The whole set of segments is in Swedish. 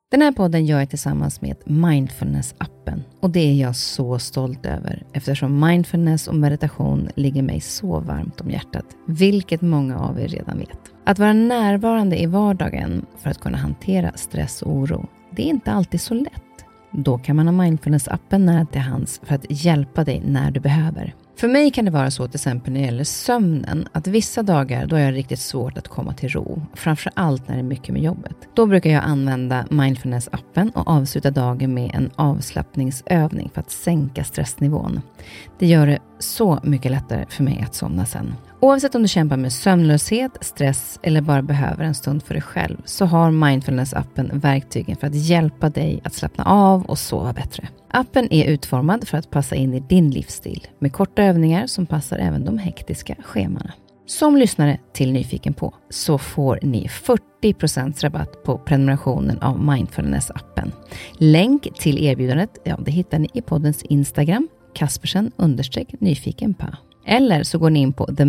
Den här podden gör jag tillsammans med Mindfulness-appen. Och det är jag så stolt över eftersom mindfulness och meditation ligger mig så varmt om hjärtat. Vilket många av er redan vet. Att vara närvarande i vardagen för att kunna hantera stress och oro, det är inte alltid så lätt. Då kan man ha Mindfulness-appen nära till hands för att hjälpa dig när du behöver. För mig kan det vara så till exempel när det gäller sömnen att vissa dagar då är det riktigt svårt att komma till ro. Framförallt när det är mycket med jobbet. Då brukar jag använda Mindfulness-appen och avsluta dagen med en avslappningsövning för att sänka stressnivån. Det gör det så mycket lättare för mig att somna sen. Oavsett om du kämpar med sömnlöshet, stress eller bara behöver en stund för dig själv så har Mindfulness-appen verktygen för att hjälpa dig att slappna av och sova bättre. Appen är utformad för att passa in i din livsstil med korta övningar som passar även de hektiska schemana. Som lyssnare till Nyfiken på så får ni 40% rabatt på prenumerationen av Mindfulness-appen. Länk till erbjudandet, det hittar ni i poddens Instagram, Kaspersen_nyfikenpa. Eller så går ni in på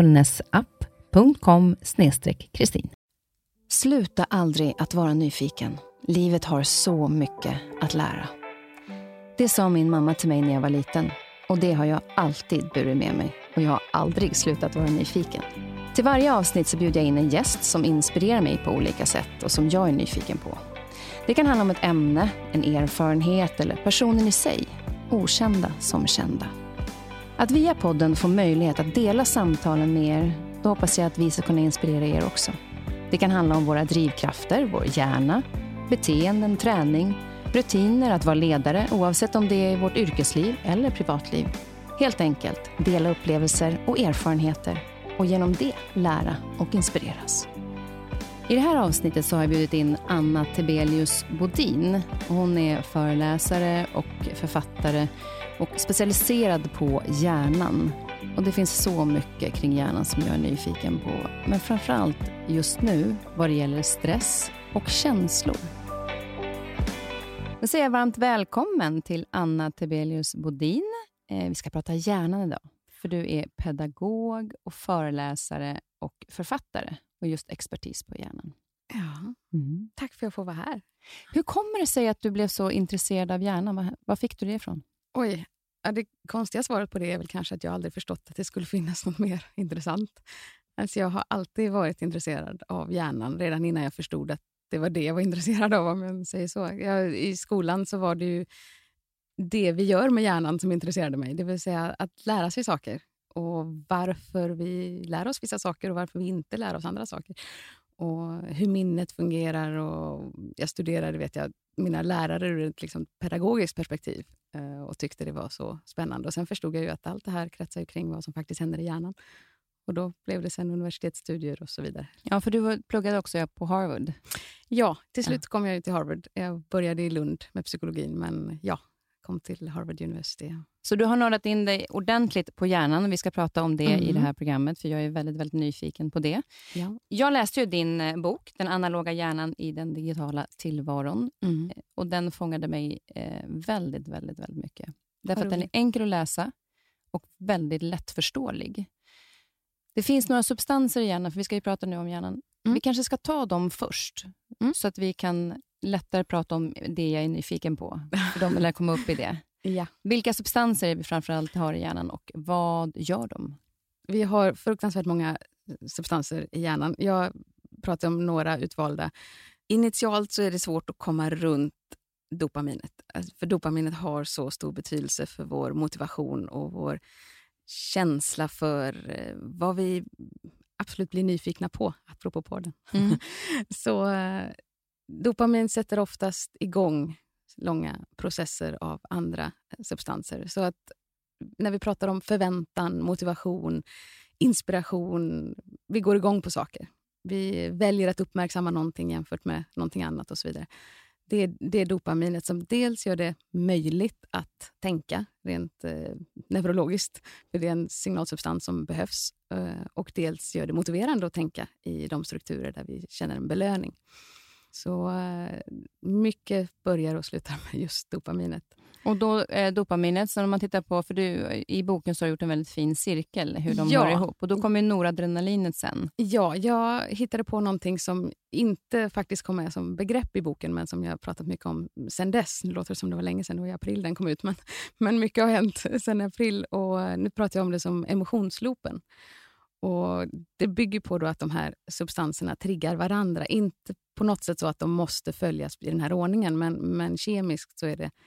themindfulnessapp.com/Kristin. Sluta aldrig att vara nyfiken. Livet har så mycket att lära. Det sa min mamma till mig när jag var liten. Och det har jag alltid burit med mig. Och jag har aldrig slutat vara nyfiken. Till varje avsnitt så bjuder jag in en gäst som inspirerar mig på olika sätt och som jag är nyfiken på. Det kan handla om ett ämne, en erfarenhet eller personen i sig. Okända som kända. Att via podden få möjlighet att dela samtalen med er, då hoppas jag att vi ska kunna inspirera er också. Det kan handla om våra drivkrafter, vår hjärna, beteenden, träning, rutiner, att vara ledare oavsett om det är i vårt yrkesliv eller privatliv. Helt enkelt dela upplevelser och erfarenheter och genom det lära och inspireras. I det här avsnittet så har jag bjudit in Anna Tebelius Bodin. Hon är föreläsare och författare och specialiserad på hjärnan. Och det finns så mycket kring hjärnan som jag är nyfiken på. Men framförallt just nu vad det gäller stress och känslor. Nu säger jag varmt välkommen till Anna Tebelius Bodin. Vi ska prata hjärnan idag. För du är pedagog och föreläsare och författare. Och just expertis på hjärnan. Ja, tack för att jag får vara här. Hur kommer det sig att du blev så intresserad av hjärnan? Var fick du det ifrån? Oj, det konstiga svaret på det är väl kanske att jag aldrig förstått att det skulle finnas något mer intressant. Alltså jag har alltid varit intresserad av hjärnan redan innan jag förstod att det var det jag var intresserad av, om jag säger så. I skolan så var det ju det vi gör med hjärnan som intresserade mig. Det vill säga att lära sig saker. Och varför vi lär oss vissa saker och varför vi inte lär oss andra saker. Och hur minnet fungerar. Och jag studerade, vet jag, mina lärare ur ett liksom pedagogiskt perspektiv. Och tyckte det var så spännande. Och sen förstod jag ju att allt det här kretsar kring vad som faktiskt händer i hjärnan. Och då blev det sen universitetsstudier och så vidare. Ja, för du pluggade också på Harvard. Ja, till slut kom jag till Harvard. Jag började i Lund med psykologin, men kom till Harvard University. Så du har nördat in dig ordentligt på hjärnan. Vi ska prata om det i det här programmet, för jag är väldigt, väldigt nyfiken på det. Ja. Jag läste ju din bok, Den analoga hjärnan i den digitala tillvaron. Och den fångade mig väldigt, väldigt, väldigt mycket. Därför att den är enkel att läsa och väldigt lättförståelig. Det finns några substanser i hjärnan, för vi ska ju prata nu om hjärnan. Vi kanske ska ta dem först, så att vi kan lättare prata om det jag är nyfiken på. För de lär komma upp i det. Ja. Vilka substanser är vi framförallt har i hjärnan och vad gör de? Vi har fruktansvärt många substanser i hjärnan. Jag pratar om några utvalda. Initialt så är det svårt att komma runt dopaminet. För dopaminet har så stor betydelse för vår motivation och vår känsla för vad vi absolut blir nyfikna på, apropå på den. Så dopamin sätter oftast igång långa processer av andra substanser. Så att när vi pratar om förväntan, motivation, inspiration, vi går igång på saker. Vi väljer att uppmärksamma någonting jämfört med någonting annat och så vidare. Det är dopaminet som dels gör det möjligt att tänka rent neurologiskt, för det är en signalsubstans som behövs, och dels gör det motiverande att tänka i de strukturer där vi känner en belöning. Så mycket börjar och slutar med just dopaminet. Och då dopaminet, så om man tittar på, för du i boken så har du gjort en väldigt fin cirkel hur de hör ihop. Och då kommer noradrenalinet sen. Ja, jag hittade på någonting som inte faktiskt kom med som begrepp i boken, men som jag har pratat mycket om sen dess. Nu låter det som det var länge sedan, det var i april den kom ut, men mycket har hänt sen april och nu pratar jag om det som emotionsloopen. Och det bygger på då att de här substanserna triggar varandra. Inte på något sätt så att de måste följas i den här ordningen, men kemiskt så är det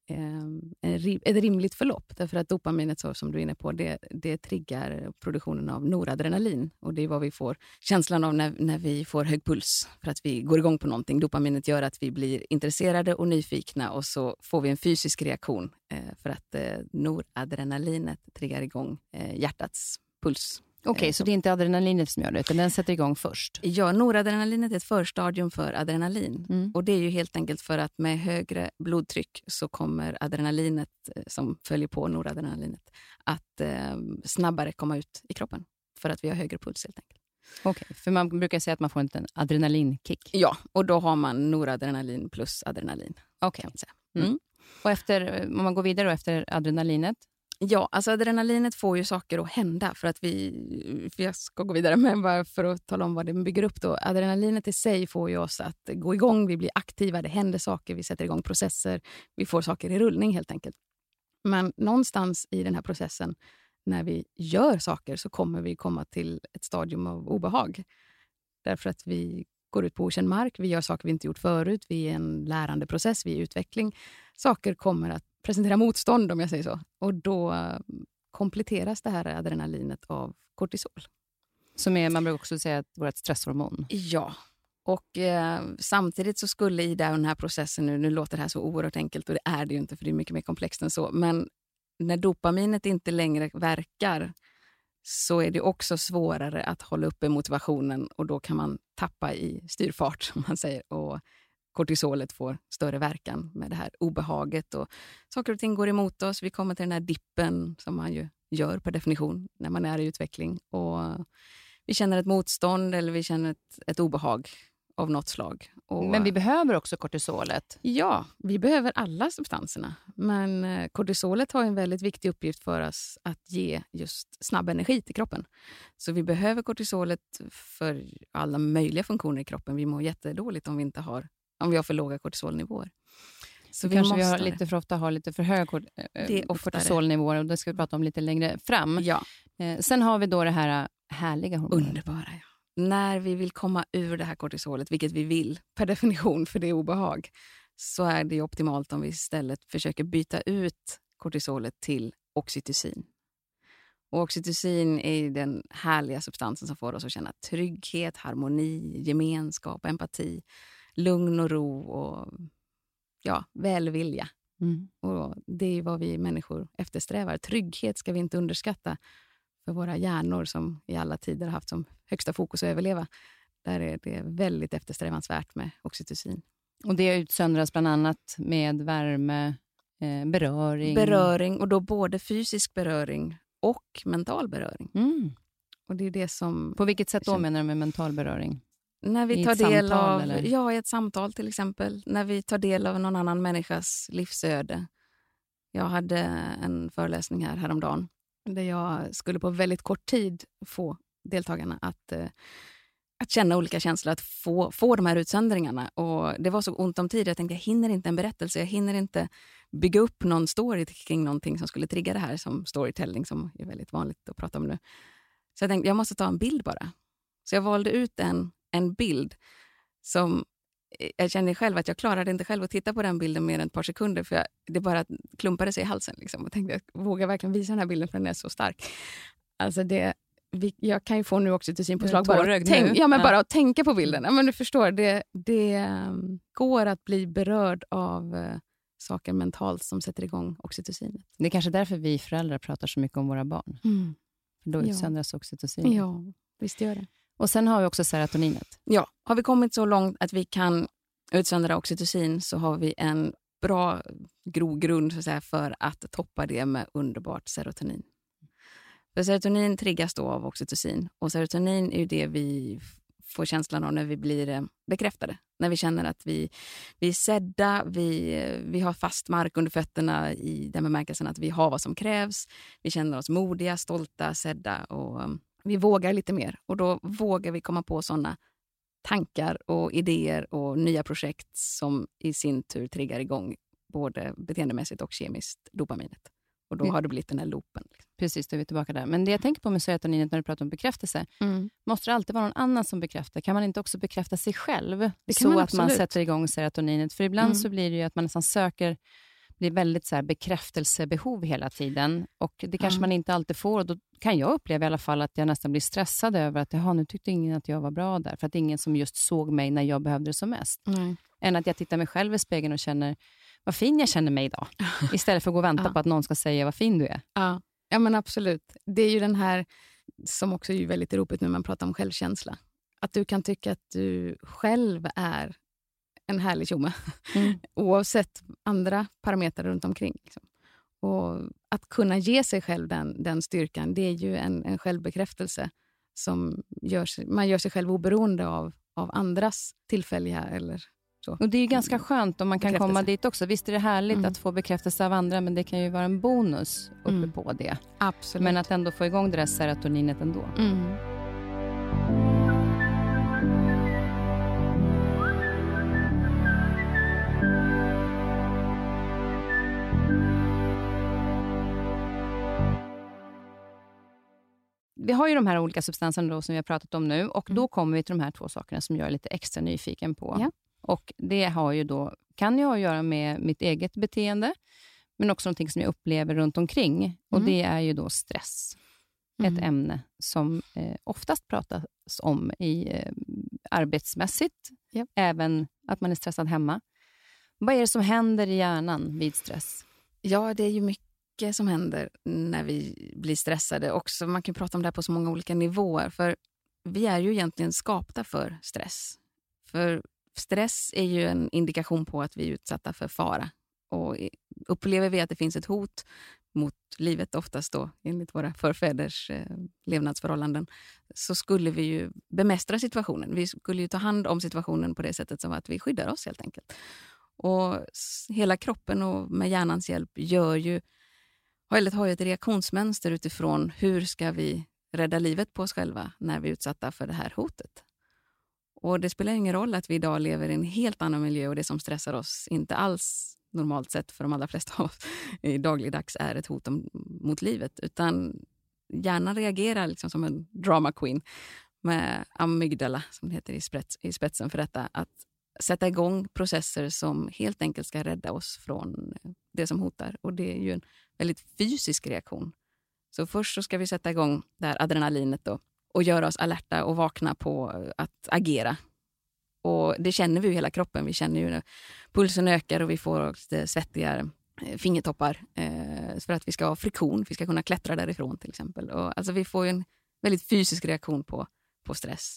ett rimligt förlopp. Därför att dopaminet, så som du är inne på, det triggar produktionen av noradrenalin. Och det är vad vi får känslan av när vi får hög puls för att vi går igång på någonting. Dopaminet gör att vi blir intresserade och nyfikna och så får vi en fysisk reaktion för att noradrenalinet triggar igång hjärtats puls. Okej, så det är inte adrenalinet som gör det, utan den sätter igång först? Ja, noradrenalinet är ett förstadium för adrenalin. Och det är ju helt enkelt för att med högre blodtryck så kommer adrenalinet som följer på noradrenalinet att snabbare komma ut i kroppen. För att vi har högre puls helt enkelt. Okej, för man brukar säga att man får en adrenalinkick. Ja, och då har man noradrenalin plus adrenalin. Okej. Och om man går vidare då efter adrenalinet? Ja, alltså adrenalinet får ju saker att hända för jag ska gå vidare med bara för att tala om vad det bygger upp då. Adrenalinet i sig får ju oss att gå igång, vi blir aktiva, det händer saker, vi sätter igång processer, vi får saker i rullning helt enkelt. Men någonstans i den här processen, när vi gör saker så kommer vi komma till ett stadium av obehag. Därför att vi går ut på okänd mark, vi gör saker vi inte gjort förut, vi är i en lärande process, vi är i utveckling. Saker kommer att presentera motstånd, om jag säger så. Och då kompletteras det här adrenalinet av kortisol. Som man brukar också säga att vårt stresshormon. Ja, och samtidigt så skulle i den här processen, nu låter det här så oerhört enkelt och det är det ju inte för det är mycket mer komplext än så, men när dopaminet inte längre verkar så är det också svårare att hålla uppe motivationen och då kan man tappa i styrfart, som man säger, och kortisolet får större verkan med det här obehaget och saker och ting går emot oss. Vi kommer till den här dippen som man ju gör per definition när man är i utveckling och vi känner ett motstånd eller vi känner ett obehag av något slag. Men vi behöver också kortisolet. Ja, vi behöver alla substanserna. Men kortisolet har en väldigt viktig uppgift för oss att ge just snabb energi till kroppen. Så vi behöver kortisolet för alla möjliga funktioner i kroppen. Vi mår jättedåligt om vi har för låga kortisolnivåer. Så vi har lite för ofta har lite för höga kortisolnivåer och det ska vi prata om lite längre fram. Ja. Sen har vi då det här härliga hormonet. Underbara, ja. När vi vill komma ur det här kortisolet, vilket vi vill per definition för det är obehag, så är det optimalt om vi istället försöker byta ut kortisolet till oxytocin. Och oxytocin är den härliga substansen som får oss att känna trygghet, harmoni, gemenskap, empati, lugn och ro och välvilja. Och det är vad vi människor eftersträvar. Trygghet ska vi inte underskatta. För våra hjärnor som i alla tider har haft som högsta fokus att överleva. Där är det väldigt eftersträvansvärt med oxytocin. Och det utsöndras bland annat med värme, beröring. Beröring och då både fysisk beröring och mental beröring. Och det är det som... På vilket sätt då menar du med mental beröring? När vi tar del av... Ja, i ett samtal till exempel. När vi tar del av någon annan människas livsöde. Jag hade en föreläsning häromdagen. Där jag skulle på väldigt kort tid få deltagarna att känna olika känslor, att få de här utsöndringarna. Och det var så ont om tid. Jag tänkte, jag hinner inte en berättelse. Jag hinner inte bygga upp någon story kring någonting som skulle trigga det här som storytelling, som är väldigt vanligt att prata om nu. Så jag tänkte, jag måste ta en bild bara. Så jag valde ut en bild som... Jag kände själv att jag klarade inte själv att titta på den bilden mer än ett par sekunder. För det bara klumpade sig i halsen. Liksom, och tänkte, jag vågar verkligen visa den här bilden för den är så stark. Alltså jag kan ju få nu också till synpåslag. Bara att tänka på bilden. Ja, men du förstår, det går att bli berörd av saker mentalt som sätter igång oxytocinet. Det är kanske därför vi föräldrar pratar så mycket om våra barn. För då utsöndras oxytocin. Ja, visst gör det. Och sen har vi också serotoninet. Ja, har vi kommit så långt att vi kan utsöndra oxytocin så har vi en bra grogrund så att säga, för att toppa det med underbart serotonin. För serotonin triggas då av oxytocin. Och serotonin är ju det vi får känslan av när vi blir bekräftade. När vi känner att vi är sedda, vi har fast mark under fötterna i den bemärkelsen att vi har vad som krävs. Vi känner oss modiga, stolta, sedda och vi vågar lite mer. Och då vågar vi komma på sådana tankar och idéer och nya projekt som i sin tur triggar igång både beteendemässigt och kemiskt dopaminet. Och då har det blivit den här loopen. Precis, då är vi tillbaka där. Men det jag tänker på med serotoninet när du pratar om bekräftelse, måste det alltid vara någon annan som bekräftar? Kan man inte också bekräfta sig själv? Så att man sätter igång serotoninet? För ibland så blir det ju att man nästan blir väldigt så här bekräftelsebehov hela tiden. Och det kanske man inte alltid får. Och då kan jag uppleva i alla fall att jag nästan blir stressad över att nu tyckte ingen att jag var bra där. För att ingen som just såg mig när jag behövde det som mest. Än att jag tittar mig själv i spegeln och känner vad fin jag känner mig idag. Istället för att gå och vänta på att någon ska säga vad fin du är. Ja, men absolut. Det är ju den här som också är väldigt ropigt när man pratar om självkänsla. Att du kan tycka att du själv är en härlig tjomme. Oavsett andra parametrar runt omkring. Liksom. Och att kunna ge sig själv den styrkan, det är ju en självbekräftelse som man gör sig själv oberoende av andras tillfälliga eller så. Och det är ju ganska skönt om man kan komma dit också. Visst är det härligt att få bekräftelse av andra, men det kan ju vara en bonus uppe på det. Absolut. Men att ändå få igång det där serotoninet ändå. Vi har ju de här olika substanserna då som vi har pratat om nu. Och då kommer vi till de här 2 sakerna som jag är lite extra nyfiken på. Ja. Och det har ju då, kan ju ha att göra med mitt eget beteende. Men också någonting som jag upplever runt omkring. Och det är ju då stress. Ett ämne som oftast pratas om i arbetsmässigt. Ja. Även att man är stressad hemma. Vad är det som händer i hjärnan vid stress? Ja, det är ju mycket som händer när vi blir stressade. Också, man kan prata om det här på så många olika nivåer. För vi är ju egentligen skapta för stress. För stress är ju en indikation på att vi är utsatta för fara. Och upplever vi att det finns ett hot mot livet, oftast då enligt våra förfäders levnadsförhållanden, så skulle vi ju bemästra situationen. Vi skulle ju ta hand om situationen på det sättet som att vi skyddar oss helt enkelt. Och hela kroppen och med hjärnans hjälp har ju ett reaktionsmönster utifrån hur ska vi rädda livet på oss själva när vi är utsatta för det här hotet. Och det spelar ingen roll att vi idag lever i en helt annan miljö och det som stressar oss inte alls normalt sett för de allra flesta av oss i dagligdags är ett hot mot livet. Utan hjärnan reagerar liksom som en drama queen med amygdala, som det heter i spetsen för detta, att sätta igång processer som helt enkelt ska rädda oss från det som hotar. Och det är ju en väldigt fysisk reaktion. Så först så ska vi sätta igång det här adrenalinet då och göra oss alerta och vakna på att agera. Och det känner vi ju i hela kroppen. Vi känner ju när pulsen ökar och vi får lite svettigare fingertoppar för att vi ska ha friktion. Vi ska kunna klättra därifrån till exempel. Och alltså vi får ju en väldigt fysisk reaktion på stress.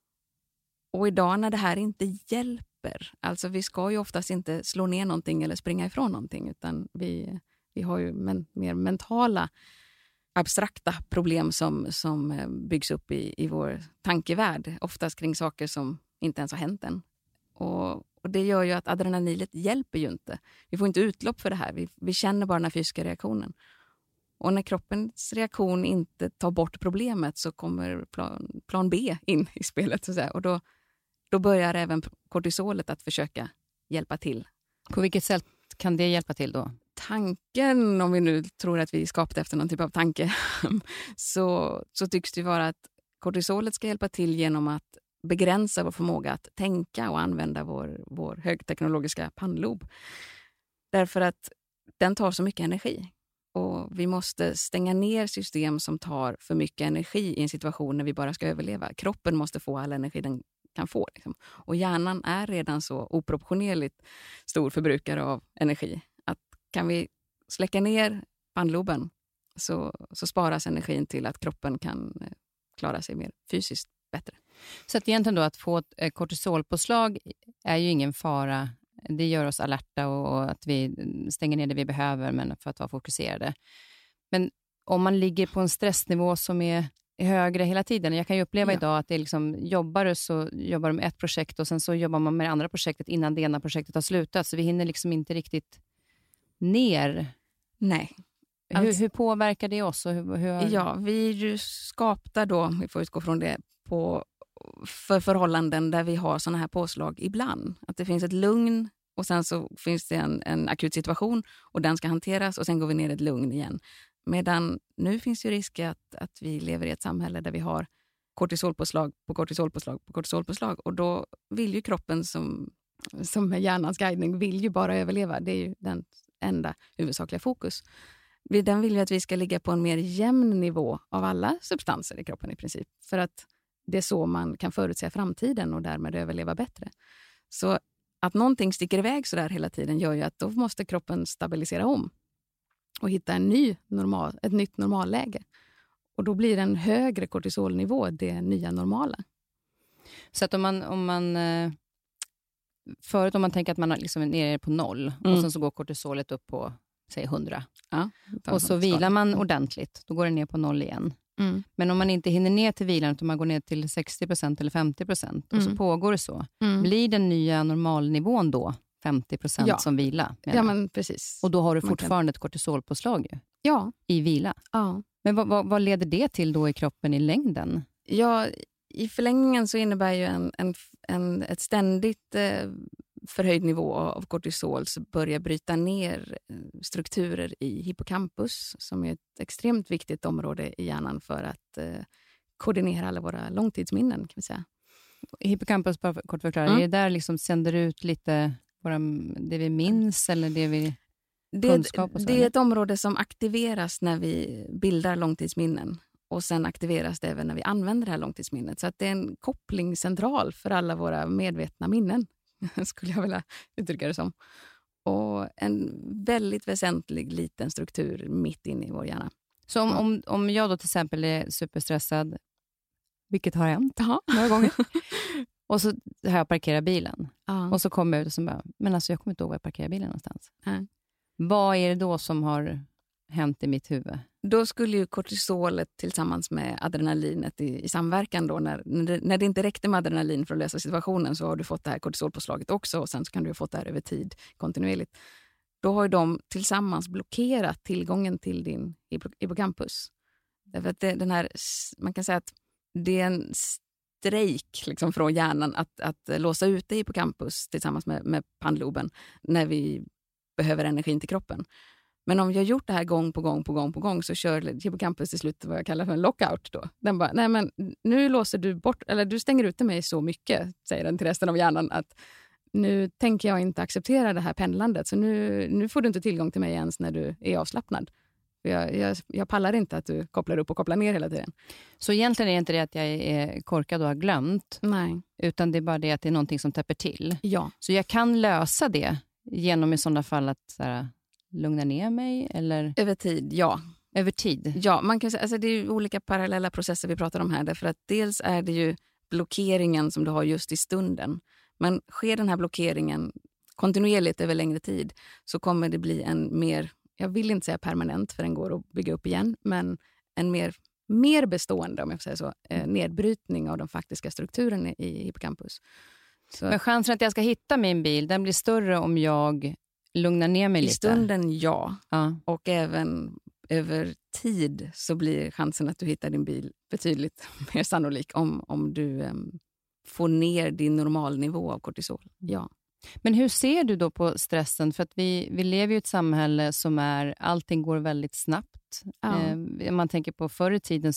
Och idag när det här inte hjälper, alltså vi ska ju oftast inte slå ner någonting eller springa ifrån någonting, utan vi har ju mer mentala, abstrakta problem som byggs upp i vår tankevärld, oftast kring saker som inte ens har hänt än. Och det gör ju att adrenalinet hjälper ju inte. Vi får inte utlopp för det här. Vi känner bara den här fysiska reaktionen. Och när kroppens reaktion inte tar bort problemet så kommer plan B in i spelet. Så att säga. Och då börjar även kortisolet att försöka hjälpa till. På vilket sätt kan det hjälpa till då? Tanken, om vi nu tror att vi är skapade efter någon typ av tanke, så tycks det vara att kortisolet ska hjälpa till genom att begränsa vår förmåga att tänka och använda vår högteknologiska pannlob. Därför att den tar så mycket energi. Och vi måste stänga ner system som tar för mycket energi i en situation när vi bara ska överleva. Kroppen måste få all energi den kan få. Liksom. Och hjärnan är redan så oproportionerligt stor förbrukare av energi. Att kan vi släcka ner pannloben så sparas energin till att kroppen kan klara sig mer fysiskt bättre. Så att egentligen då att få ett kortisolpåslag är ju ingen fara. Det gör oss alerta och att vi stänger ner det vi behöver, men för att vara fokuserade. Men om man ligger på en stressnivå som är högre hela tiden. Jag kan ju uppleva idag att det är liksom, jobbar de med ett projekt och sen så jobbar man med det andra projektet innan det ena projektet har slutat. Så vi hinner liksom inte riktigt ner. Nej. Hur påverkar det oss? Och hur... Ja, vi är ju skapta då, vi får utgå från det, för förhållanden där vi har såna här påslag ibland. Att det finns ett lugn och sen så finns det en akut situation och den ska hanteras och sen går vi ner ett lugn igen. Medan nu finns ju risk att vi lever i ett samhälle där vi har kortisolpåslag på kortisolpåslag på kortisolpåslag. Och då vill ju kroppen som med hjärnans guidning vill ju bara överleva. Det är ju den enda huvudsakliga fokus. Den vill ju att vi ska ligga på en mer jämn nivå av alla substanser i kroppen i princip. För att det är så man kan förutse framtiden och därmed överleva bättre. Så att någonting sticker iväg så där hela tiden gör ju att då måste kroppen stabilisera om och hitta ett nytt normalläge. Och då blir en högre kortisolnivå det nya normala. Så att om man förut om man tänker att man liksom är nere på 0 och sen så går kortisolet upp på säg 100. Ja, och så vilar man ordentligt, då går det ner på 0 igen. Men om man inte hinner ner till vilan utan man går ner till 60% eller 50% och så pågår det så. Blir den nya normalnivån då 50% som vila? Ja, men precis. Och då har du fortfarande ett kortisolpåslag ju. Ja. I vila. Ja. Men vad leder det till då i kroppen i längden? Ja, i förlängningen så innebär ju ett ständigt förhöjd nivå av kortisol så börjar bryta ner strukturer i hippocampus som är ett extremt viktigt område i hjärnan för att koordinera alla våra långtidsminnen kan vi säga. Hippocampus, bara kort förklara, är det där liksom sänder ut lite det vi minns eller det vi kunskap och så? Det är ett område som aktiveras när vi bildar långtidsminnen. Och sen aktiveras det även när vi använder det här långtidsminnet. Så att det är en kopplingscentral för alla våra medvetna minnen. Skulle jag vilja uttrycka det som. Och en väldigt väsentlig liten struktur mitt inne i vår hjärna. Så om jag då till exempel är superstressad, vilket har hänt några gånger. Och så har jag parkerat bilen. Och så kommer jag ut och så bara, men alltså jag kommer inte ihåg var jag parkerar bilen någonstans. Vad är det då som har hänt i mitt huvud? Då skulle ju kortisolet tillsammans med adrenalinet i samverkan då, när det inte räckte med adrenalin för att lösa situationen så har du fått det här kortisolpåslaget också och sen så kan du ha fått det här över tid kontinuerligt. Då har ju de tillsammans blockerat tillgången till din hippocampus. Därför att man kan säga att det är en strejk liksom från hjärnan att låsa ut hippocampus tillsammans med pannloben när vi behöver energin till kroppen. Men om jag gjort det här gång på gång så kör hippocampus till slut vad jag kallar för en lockout då. Den bara, nej men nu låser du bort, eller du stänger ute mig så mycket, säger den till resten av hjärnan, att nu tänker jag inte acceptera det här pendlandet. Så nu får du inte tillgång till mig ens när du är avslappnad. Jag pallar inte att du kopplar upp och kopplar ner hela tiden. Så egentligen är inte det att jag är korkad och har glömt. Nej. Utan det är bara det att det är någonting som täpper till. Ja. Så jag kan lösa det genom i sådana fall att så här, lugna ner mig eller? Över tid, ja. Över tid? Ja, man kan säga, alltså det är ju olika parallella processer vi pratar om här. Därför att dels är det ju blockeringen som du har just i stunden. Men sker den här blockeringen kontinuerligt över längre tid så kommer det bli en mer, jag vill inte säga permanent för den går att bygga upp igen, men en mer bestående, om jag får säga så, nedbrytning av de faktiska strukturerna i hippocampus. Så. Men chansen att jag ska hitta min bil, den blir större om jag lugnar ner mig lite? I stunden ja. Och även över tid så blir chansen att du hittar din bil betydligt mer sannolik om du får ner din normalnivå av kortisol. Ja. Men hur ser du då på stressen? För att vi lever i ett samhälle som allting går väldigt snabbt. Man tänker på förr i tiden,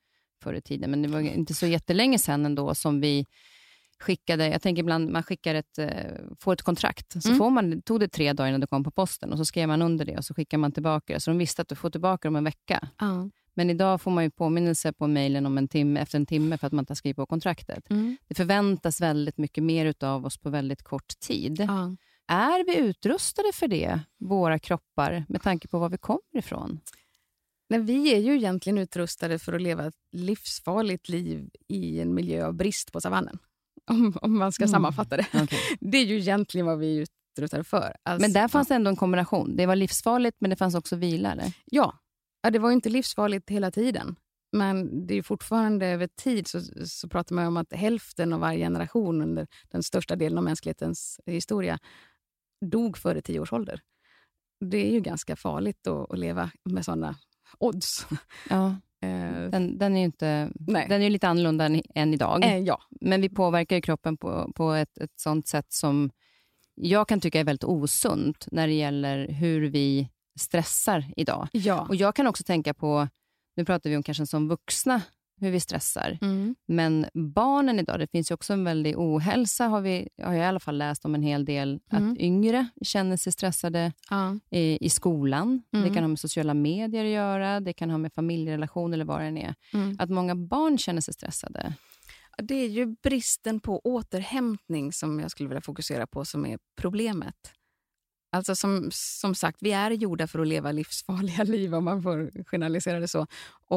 men det var inte så jättelänge sedan ändå som vi skickade, jag tänker ibland man får ett kontrakt, så tog det 3 dagar innan det kom på posten och så skrev man under det och så skickar man tillbaka det, så de visste att du får tillbaka om en vecka. Men idag får man ju påminnelse på mejlen om efter en timme för att man inte har skrivit på kontraktet. Det förväntas väldigt mycket mer av oss på väldigt kort tid. Är vi utrustade för det, våra kroppar, med tanke på var vi kommer ifrån? Nej, vi är ju egentligen utrustade för att leva ett livsfarligt liv i en miljö av brist på savannen. Om man ska sammanfatta det. Okay. Det är ju egentligen vad vi är utrustade för. Alltså, men där fanns ändå en kombination. Det var livsfarligt men det fanns också vila, eller? Ja, det var ju inte livsfarligt hela tiden. Men det är fortfarande över tid så pratar man om att hälften av varje generation under den största delen av mänsklighetens historia dog före 10 års ålder. Det är ju ganska farligt att leva med sådana odds. Ja, den är ju inte, den är ju lite annorlunda än idag. Ja. Men vi påverkar ju kroppen på ett sånt sätt som jag kan tycka är väldigt osunt när det gäller hur vi stressar idag. Ja. Och jag kan också tänka på, nu pratar vi om kanske som vuxna, hur vi stressar. Men barnen idag, det finns ju också en väldig ohälsa, har jag i alla fall läst om en hel del, att yngre känner sig stressade i skolan. Det kan ha med sociala medier att göra, det kan ha med familjerelation eller vad det än är. Att många barn känner sig stressade. Det är ju bristen på återhämtning som jag skulle vilja fokusera på som är problemet. Alltså som sagt, vi är gjorda för att leva livsfarliga liv, om man får generalisera det så.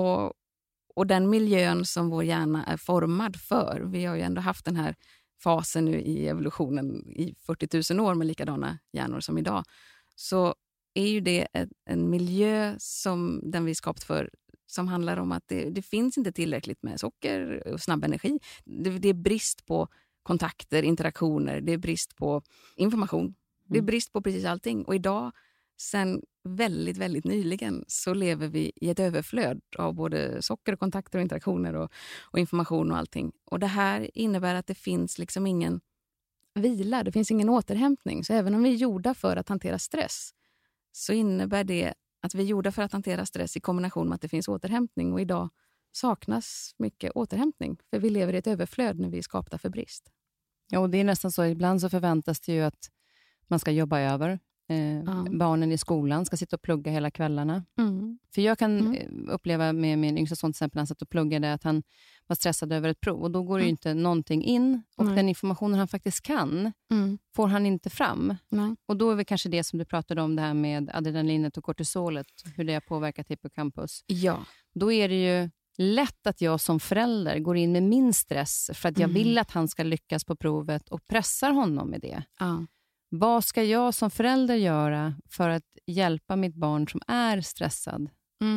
Och den miljön som vår hjärna är formad för, vi har ju ändå haft den här fasen nu i evolutionen i 40 000 år med likadana hjärnor som idag, så är ju det en miljö som den vi skapat för, som handlar om att det finns inte tillräckligt med socker och snabb energi. Det är brist på kontakter, interaktioner, det är brist på information. Det är brist på precis allting. Och idag, sen väldigt, väldigt nyligen, så lever vi i ett överflöd av både socker, kontakter och interaktioner och information och allting. Och det här innebär att det finns liksom ingen vila, det finns ingen återhämtning. Så även om vi är gjorda för att hantera stress, så innebär det att vi är gjorda för att hantera stress i kombination med att det finns återhämtning. Och idag saknas mycket återhämtning, för vi lever i ett överflöd när vi är skapta för brist. Ja, och det är nästan så, ibland så förväntas det ju att man ska jobba över. Barnen i skolan ska sitta och plugga hela kvällarna. För jag kan uppleva med min yngsta son till exempel, han satt och pluggade, att han var stressad över ett prov. Och då går det ju inte någonting in. Och den informationen han faktiskt kan får han inte fram. Och då är det kanske det som du pratade om, det här med adrenalinet och kortisolet, hur det har påverkat hippocampus. Ja. Då är det ju lätt att jag som förälder går in med min stress för att jag vill att han ska lyckas på provet och pressar honom med det. Vad ska jag som förälder göra för att hjälpa mitt barn som är stressad?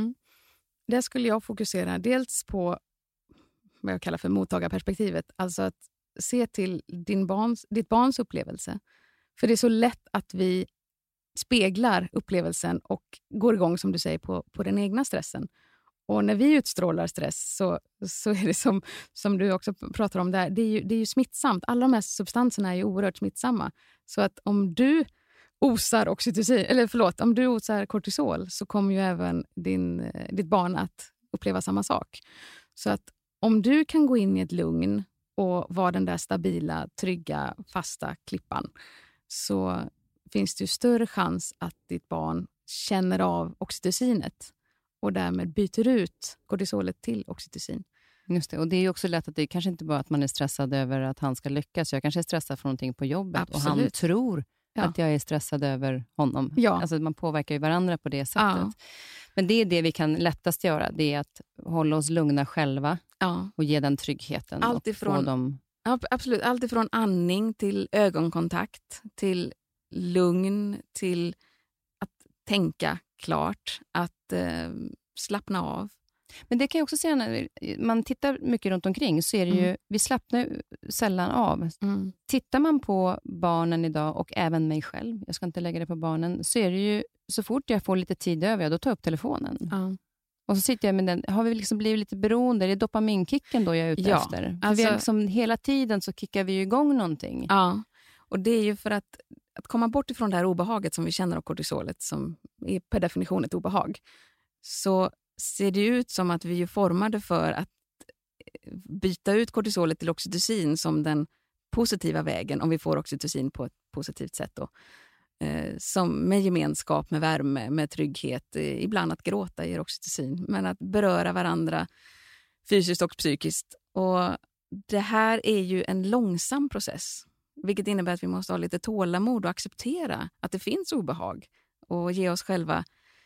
Där skulle jag fokusera dels på vad jag kallar för mottagarperspektivet. Alltså att se till ditt barns upplevelse. För det är så lätt att vi speglar upplevelsen och går igång, som du säger, på den egna stressen. Och när vi utstrålar stress så är det som du också pratar om där, det är ju smittsamt. Alla de här substanserna är ju oerhört smittsamma. Så att om du osar om du osar kortisol, så kommer ju även ditt barn att uppleva samma sak. Så att om du kan gå in i ett lugn och vara den där stabila, trygga, fasta klippan, så finns det ju större chans att ditt barn känner av oxytocinet och därmed byter ut kortisolet till oxytocin. Just det, och det är ju också lätt att det kanske inte bara att man är stressad över att han ska lyckas. Jag kanske är stressad för någonting på jobbet. Absolut. Och han tror att jag är stressad över honom. Ja. Alltså man påverkar ju varandra på det sättet. Ja. Men det är det vi kan lättast göra. Det är att hålla oss lugna själva och ge den tryggheten. Absolut, allt ifrån andning till ögonkontakt, till lugn, till att tänka klart, att slappna av. Men det kan jag också säga, när man tittar mycket runt omkring, så är det ju, vi slappnar sällan av. Tittar man på barnen idag, och även mig själv, jag ska inte lägga det på barnen, så är det ju, så fort jag får lite tid över, då tar jag upp telefonen. Och så sitter jag med den, har vi liksom blivit lite beroende, det är dopaminkicken då jag är ute efter. För vi är liksom, hela tiden så kickar vi ju igång någonting. Ja, och det är ju för att komma bort ifrån det här obehaget som vi känner av kortisolet, som är per definition ett obehag, så ser det ut som att vi är formade för att byta ut kortisolet till oxytocin som den positiva vägen, om vi får oxytocin på ett positivt sätt då. Som med gemenskap, med värme, med trygghet, ibland att gråta ger oxytocin, men att beröra varandra fysiskt och psykiskt. Och det här är ju en långsam process, vilket innebär att vi måste ha lite tålamod och acceptera att det finns obehag och ge oss själva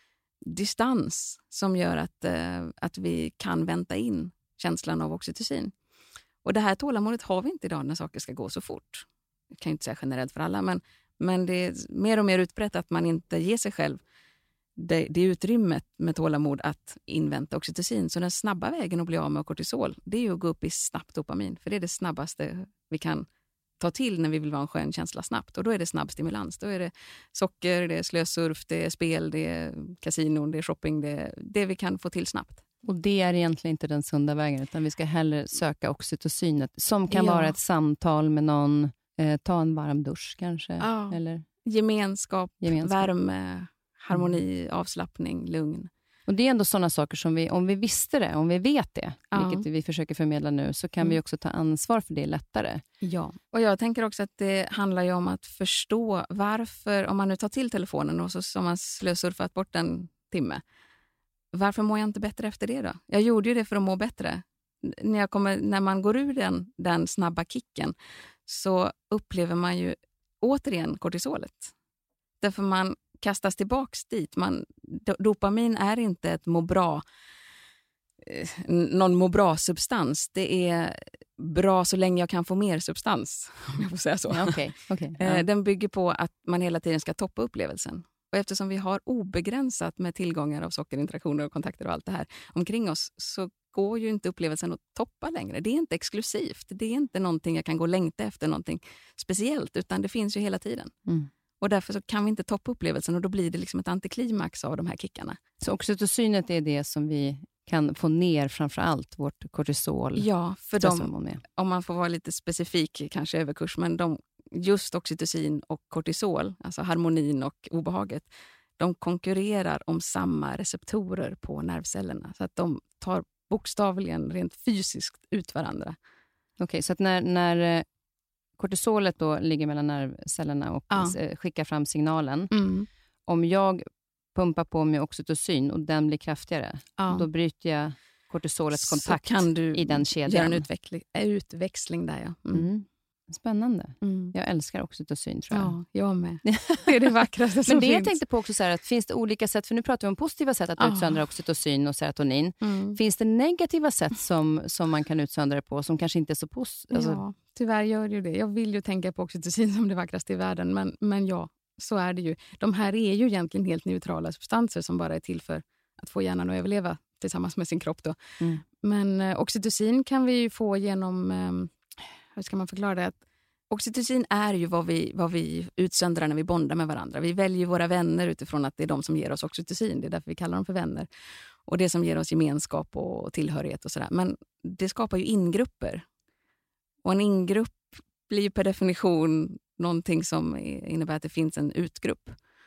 distans som gör att vi kan vänta in känslan av oxytocin. Och det här tålamodet har vi inte idag när saker ska gå så fort. Jag kan inte säga generellt för alla, men det är mer och mer utbrett att man inte ger sig själv det utrymmet med tålamod att invänta oxytocin. Så den snabba vägen att bli av med kortisol, det är ju att gå upp i snabbt dopamin. För det är det snabbaste vi kan ta till när vi vill vara en skön känsla snabbt. Och då är det snabb stimulans. Då är det socker, det är slösurf, det är spel, det är kasinon, det är shopping. Det är det vi kan få till snabbt. Och det är egentligen inte den sunda vägen, utan vi ska hellre söka oxytocinet. Som kan vara ett samtal med någon, ta en varm dusch kanske. Ja. Eller Gemenskap, värme, harmoni, avslappning, lugn. Och det är ändå sådana saker som om vi visste det, om vi vet det, vilket vi försöker förmedla nu, så kan vi också ta ansvar för det lättare. Ja, och jag tänker också att det handlar ju om att förstå varför, om man nu tar till telefonen och så som man slösurfat bort en timme, varför mår jag inte bättre efter det då? Jag gjorde ju det för att må bättre. När man går ur den snabba kicken så upplever man ju återigen kortisolet. Därför man kastas tillbaks dit. Dopamin är inte ett någon må bra substans. Det är bra så länge jag kan få mer substans, om jag får säga så. Ja, okay. Den bygger på att man hela tiden ska toppa upplevelsen. Och eftersom vi har obegränsat med tillgångar av sockerinteraktioner och kontakter och allt det här omkring oss, så går ju inte upplevelsen att toppa längre. Det är inte exklusivt. Det är inte någonting jag kan gå och längta efter, någonting speciellt, utan det finns ju hela tiden. Mm. Och därför så kan vi inte toppa upplevelsen och då blir det liksom ett antiklimax av de här kickarna. Så oxytocinet är det som vi kan få ner framför allt vårt kortisol. Ja, för om man får vara lite specifik kanske överkurs, men just oxytocin och kortisol, alltså harmonin och obehaget, de konkurrerar om samma receptorer på nervcellerna. Så att de tar bokstavligen rent fysiskt ut varandra. Okej, så att när kortisolet då ligger mellan nervcellerna och skickar fram signalen. Mm. Om jag pumpar på med oxytocin och den blir kraftigare, då bryter jag kortisolets kontakt i den kedjan. Göra en utväxling där, ja. Mm. Spännande. Jag älskar oxytocin, tror jag. Ja, jag med. Det är det vackraste som Men det finns. Jag tänkte på också så här, att finns det olika sätt, för nu pratar vi om positiva sätt att utsöndra oxytocin och serotonin. Finns det negativa sätt som man kan utsöndra det på, som kanske inte är så positiva? Alltså... Ja, tyvärr gör det ju det. Jag vill ju tänka på oxytocin som det vackraste i världen, men ja, så är det ju. De här är ju egentligen helt neutrala substanser som bara är till för att få hjärnan att överleva tillsammans med sin kropp då. Men oxytocin kan vi ju få genom, hur ska man förklara det? Att oxytocin är ju vad vi utsöndrar när vi bondar med varandra. Vi väljer våra vänner utifrån att det är de som ger oss oxytocin. Det är därför vi kallar dem för vänner. Och det som ger oss gemenskap och tillhörighet och sådär. Men det skapar ju ingrupper. Och en ingrupp blir ju per definition någonting som innebär att det finns en utgrupp.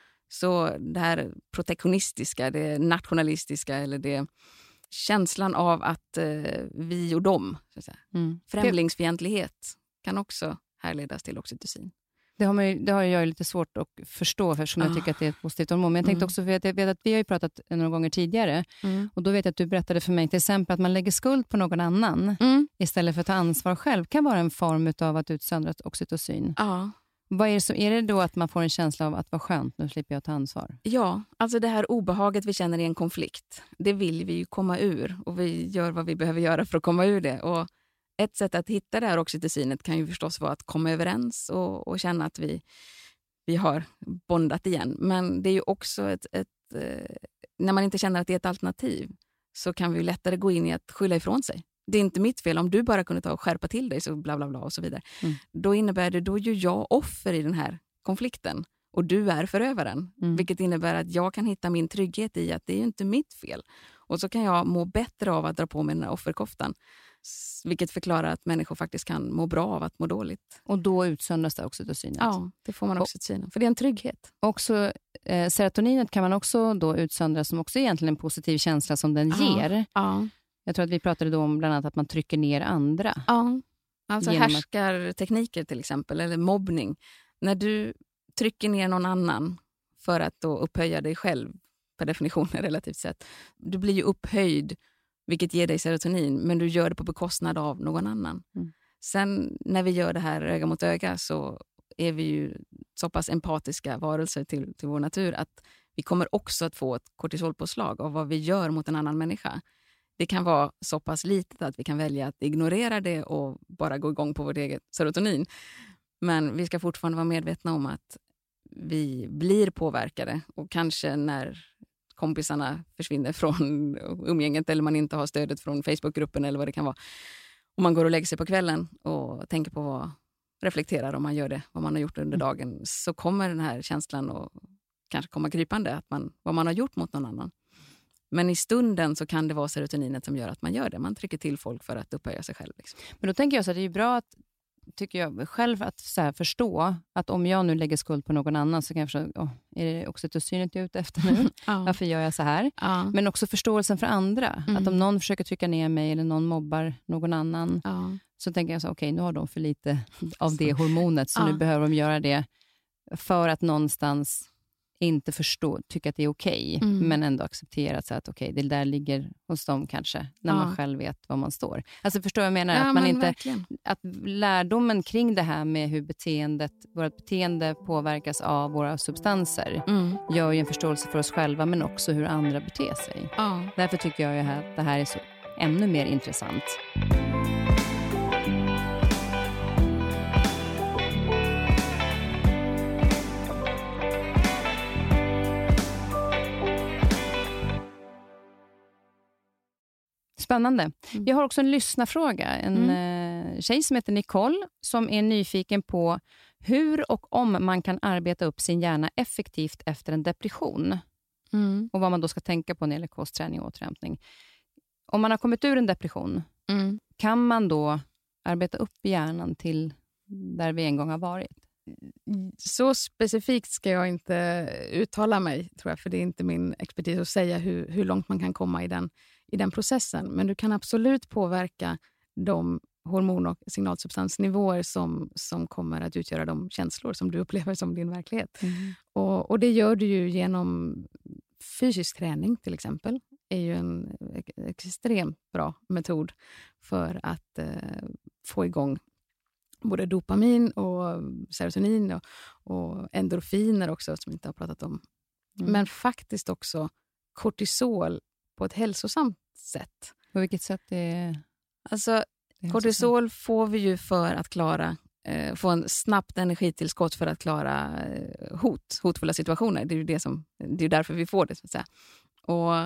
Så det här protektionistiska, det nationalistiska eller det känslan av att vi och dem, så att säga. Främlingsfientlighet kan också härledas till oxytocin. Det har jag lite svårt att förstå, eftersom jag tycker att det är ett positivt hormon. Men jag tänkte också, för jag vet att vi har ju pratat några gånger tidigare. Och då vet jag att du berättade för mig till exempel att man lägger skuld på någon annan istället för att ta ansvar själv. Kan vara en form av att utsöndra oxytocin. Ja. Vad är det då att man får en känsla av att vara skönt, nu slipper jag ta ansvar? Ja, alltså det här obehaget vi känner i en konflikt, det vill vi ju komma ur. Och vi gör vad vi behöver göra för att komma ur det. Och ett sätt att hitta det här oxytocinet kan ju förstås vara att komma överens och känna att vi har bondat igen. Men det är ju också när man inte känner att det är ett alternativ, så kan vi ju lättare gå in i att skylla ifrån sig. Det är inte mitt fel, om du bara kunde ta och skärpa till dig så bla bla bla och så vidare. Då innebär det, då är ju jag offer i den här konflikten och du är förövaren. Vilket innebär att jag kan hitta min trygghet i att det är ju inte mitt fel. Och så kan jag må bättre av att dra på mig den här offerkoftan. Vilket förklarar att människor faktiskt kan må bra av att må dåligt. Och då utsöndras det oxytocinet? Ja, det får man oxytocin. För det är en trygghet. Också serotoninet kan man också då utsöndra, som också är egentligen en positiv känsla som den ger. Ja. Jag tror att vi pratade då om bland annat att man trycker ner andra. Ja, alltså härskartekniker till exempel, eller mobbning. När du trycker ner någon annan för att då upphöja dig själv, per definition relativt sett. Du blir ju upphöjd, vilket ger dig serotonin, men du gör det på bekostnad av någon annan. Sen när vi gör det här öga mot öga, så är vi ju så pass empatiska varelser till vår natur att vi kommer också att få ett kortisolpåslag av vad vi gör mot en annan människa. Det kan vara så pass litet att vi kan välja att ignorera det och bara gå igång på vårt eget serotonin. Men vi ska fortfarande vara medvetna om att vi blir påverkade. Och kanske när kompisarna försvinner från umgänget eller man inte har stödet från Facebookgruppen eller vad det kan vara. Och man går och lägger sig på kvällen och tänker på reflekterar om man gör det, vad man har gjort under dagen, så kommer den här känslan och kanske komma krypande att vad man har gjort mot någon annan. Men i stunden så kan det vara serotoninet som gör att man gör det. Man trycker till folk för att upphöja sig själv. Liksom. Men då tänker jag så att det är bra att, tycker jag själv, att så här förstå att om jag nu lägger skuld på någon annan så kan jag förstå, är det oxytocinet jag är ute efter nu? Varför gör jag så här? Men också förståelsen för andra. Att om någon försöker trycka ner mig eller någon mobbar någon annan, så tänker jag så, okej, nu har de för lite av det hormonet, så nu behöver de göra det för att någonstans inte tycka att det är okej, men ändå acceptera att okej, det där ligger hos dem kanske, när man själv vet var man står. Alltså förstår jag menar, att man inte, att lärdomen kring det här med hur vårt beteende påverkas av våra substanser gör ju en förståelse för oss själva, men också hur andra beter sig. Därför tycker jag ju att det här är så ännu mer intressant. Spännande. Jag har också en lyssnarfråga. En tjej som heter Nicole som är nyfiken på hur och om man kan arbeta upp sin hjärna effektivt efter en depression. Och vad man då ska tänka på när det gäller kostträning och återhämtning. Om man har kommit ur en depression, kan man då arbeta upp hjärnan till där vi en gång har varit? Så specifikt ska jag inte uttala mig, tror jag, för det är inte min expertis att säga hur långt man kan komma i den processen. Men du kan absolut påverka de hormon- och signalsubstansnivåer som kommer att utgöra de känslor som du upplever som din verklighet. Och det gör du ju genom fysisk träning till exempel. Är ju en extremt bra metod för att få igång både dopamin och serotonin och endorfiner också, som vi inte har pratat om. Men faktiskt också kortisol på ett hälsosamt sätt. På vilket sätt är alltså, kortisol får vi ju för att få en snabbt energitillskott för att klara hotfulla situationer. Det är ju därför vi får det, så att säga. Och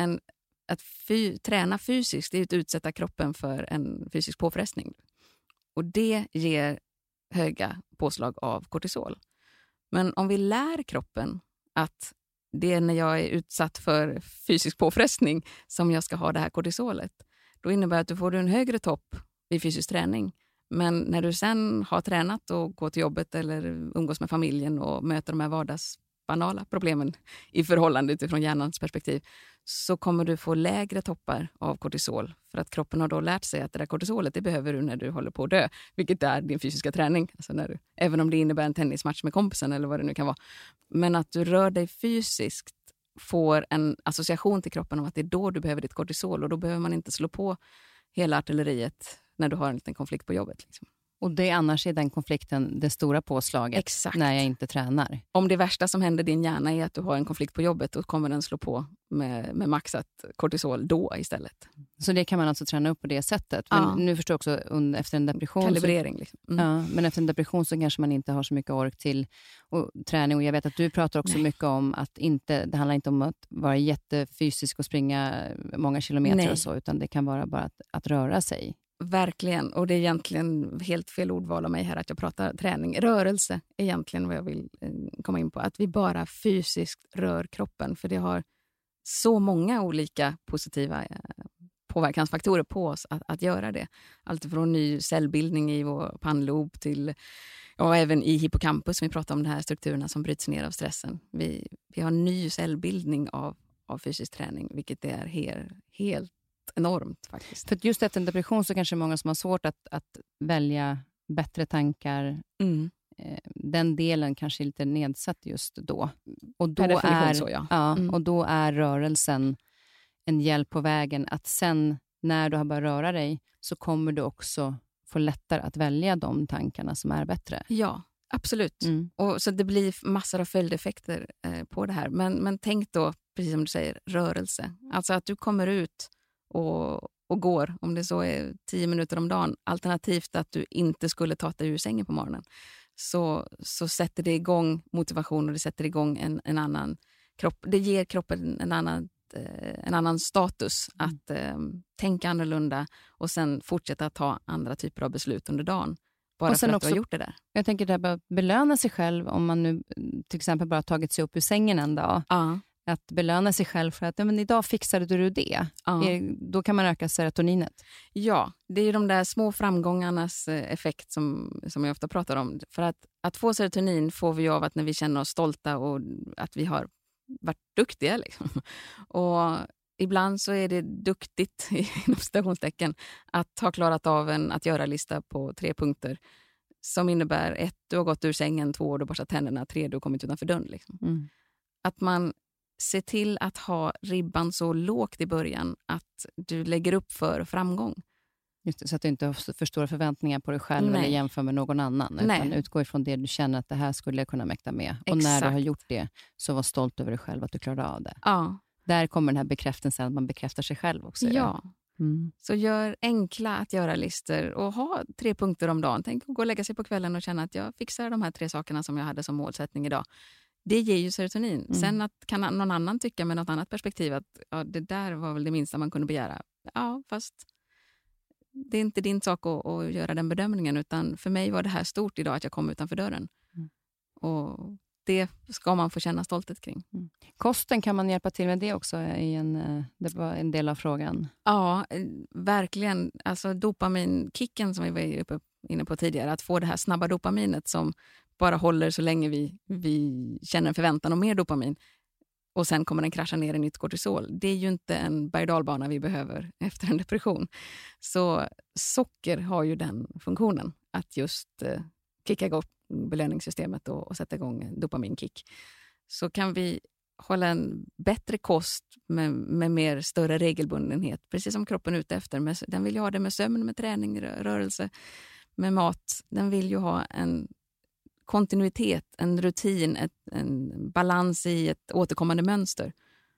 att träna fysiskt, det är att utsätta kroppen för en fysisk påfrestning. Och det ger höga påslag av kortisol. Men om vi lär kroppen att det är när jag är utsatt för fysisk påfrestning som jag ska ha det här kortisolet, då innebär det att du får en högre topp vid fysisk träning. Men när du sen har tränat och går till jobbet eller umgås med familjen och möter de här vardagsbanala problemen i förhållande utifrån hjärnans perspektiv, så kommer du få lägre toppar av kortisol. För att kroppen har då lärt sig att det där kortisolet, det behöver du när du håller på att dö. Vilket är din fysiska träning. Alltså även om det innebär en tennismatch med kompisen eller vad det nu kan vara. Men att du rör dig fysiskt får en association till kroppen om att det är då du behöver ditt kortisol. Och då behöver man inte slå på hela artilleriet när du har en liten konflikt på jobbet. Liksom. Och det annars är den konflikten det stora påslaget. Exakt. När jag inte tränar. Om det värsta som händer din hjärna är att du har en konflikt på jobbet, då kommer den slå på med maxat kortisol då istället. Så det kan man alltså träna upp på det sättet. Men nu förstår jag också efter en depression. Kalibrering. Liksom. Ja, men efter en depression så kanske man inte har så mycket ork till träning. Och jag vet att du pratar också mycket om att det handlar inte om att vara jättefysisk och springa många kilometer och så. Utan det kan vara bara att röra sig. Verkligen, och det är egentligen helt fel ordval av mig här att jag pratar träning. Rörelse är egentligen vad jag vill komma in på. Att vi bara fysiskt rör kroppen, för det har så många olika positiva påverkansfaktorer på oss att göra det. Allt från ny cellbildning i vår pannlob till, och även i hippocampus, som vi pratar om, de här strukturerna som bryts ner av stressen. Vi har ny cellbildning av fysisk träning, vilket är helt enormt faktiskt. För just efter en depression så kanske många som har svårt att välja bättre tankar. Den delen kanske är lite nedsatt just då. Och då och då är rörelsen en hjälp på vägen att sen när du har börjat röra dig så kommer du också få lättare att välja de tankarna som är bättre. Ja, absolut. Och så det blir massor av följdeffekter på det här. Men tänk då, precis som du säger, rörelse. Alltså att du kommer ut och går, om det så är 10 minuter om dagen, alternativt att du inte skulle ta dig ur sängen på morgonen, så sätter det igång motivation och det sätter igång en annan det ger kroppen en annan status att tänka annorlunda och sen fortsätta ta andra typer av beslut under dagen. Bara för att du har gjort det där. Jag tänker det här att belöna sig själv om man nu till exempel bara tagit sig upp ur sängen en dag. Att belöna sig själv för att men idag fixade du det. Då kan man öka serotoninet. Ja, det är ju de där små framgångarnas effekt som jag ofta pratar om. För att få serotonin får vi av att när vi känner oss stolta och att vi har varit duktiga. Liksom. Och ibland så är det duktigt inom citationstecken att ha klarat av en att göra-lista på 3 punkter som innebär 1, du har gått ur sängen, 2, du har borstat tänderna, 3, du har kommit utanför dörren. Liksom. Att man ser till att ha ribban så lågt i början att du lägger upp för framgång. Just det, så att du inte har för stora förväntningar på dig själv eller jämför med någon annan. Utan utgå ifrån det du känner att det här skulle jag kunna mäkta med. Och när du har gjort det så var stolt över dig själv att du klarade av det. Ja. Där kommer den här bekräftelsen att man bekräftar sig själv också. Ja. Så gör enkla att göra-listor och ha 3 punkter om dagen. Tänk att gå och lägga sig på kvällen och känna att jag fixar de här 3 sakerna som jag hade som målsättning idag. Det ger ju serotonin. Sen kan någon annan tycka med något annat perspektiv att det där var väl det minsta man kunde begära. Ja, fast det är inte din sak att göra den bedömningen, utan för mig var det här stort idag att jag kom utanför dörren. Och det ska man få känna stolthet kring. Kosten, kan man hjälpa till med det också? Det var en del av frågan. Ja, verkligen. Alltså dopaminkicken som vi var inne på tidigare, att få det här snabba dopaminet som bara håller så länge vi känner en förväntan om mer dopamin och sen kommer den krascha ner i nytt kortisol. Det är ju inte en berg-och-dalbana vi behöver efter en depression. Så socker har ju den funktionen att just kicka igång belöningssystemet och sätta igång en dopaminkick. Så kan vi hålla en bättre kost med mer större regelbundenhet, precis som kroppen är ute efter. Den vill ju ha det med sömn, med träning, rörelse, med mat. Den vill ju ha en kontinuitet, en rutin, en balans i ett återkommande mönster.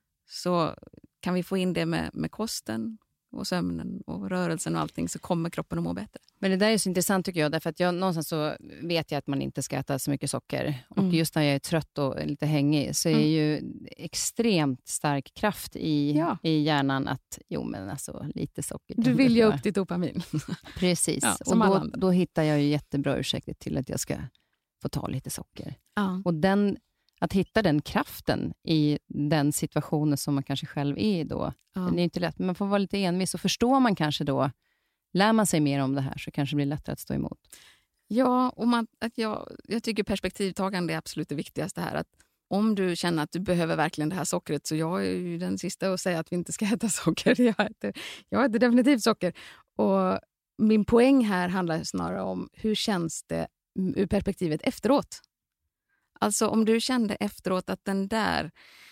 Så kan vi få in det med kosten och sömnen och rörelsen och allting, så kommer kroppen att må bättre. Men det där är så intressant tycker jag, därför att någonstans så vet jag att man inte ska äta så mycket socker. Och just när jag är trött och lite hängig så är ju extremt stark kraft i hjärnan att lite socker. Du vill ju upp ditt dopamin. Precis, ja, och då hittar jag ju jättebra ursäkter till att jag ska få ta lite socker. Ja. Och att hitta den kraften i den situationen som man kanske själv är i då, den är inte lätt. Men man får vara lite envis, och förstår man kanske då, lär man sig mer om det här så kanske det blir lättare att stå emot. Ja, och jag tycker perspektivtagande är absolut det viktigaste här. Att om du känner att du behöver verkligen det här sockret, så jag är ju den sista att säga att vi inte ska äta socker. Jag äter definitivt socker. Och min poäng här handlar snarare om hur känns det ur perspektivet efteråt. Alltså om du kände efteråt att den där,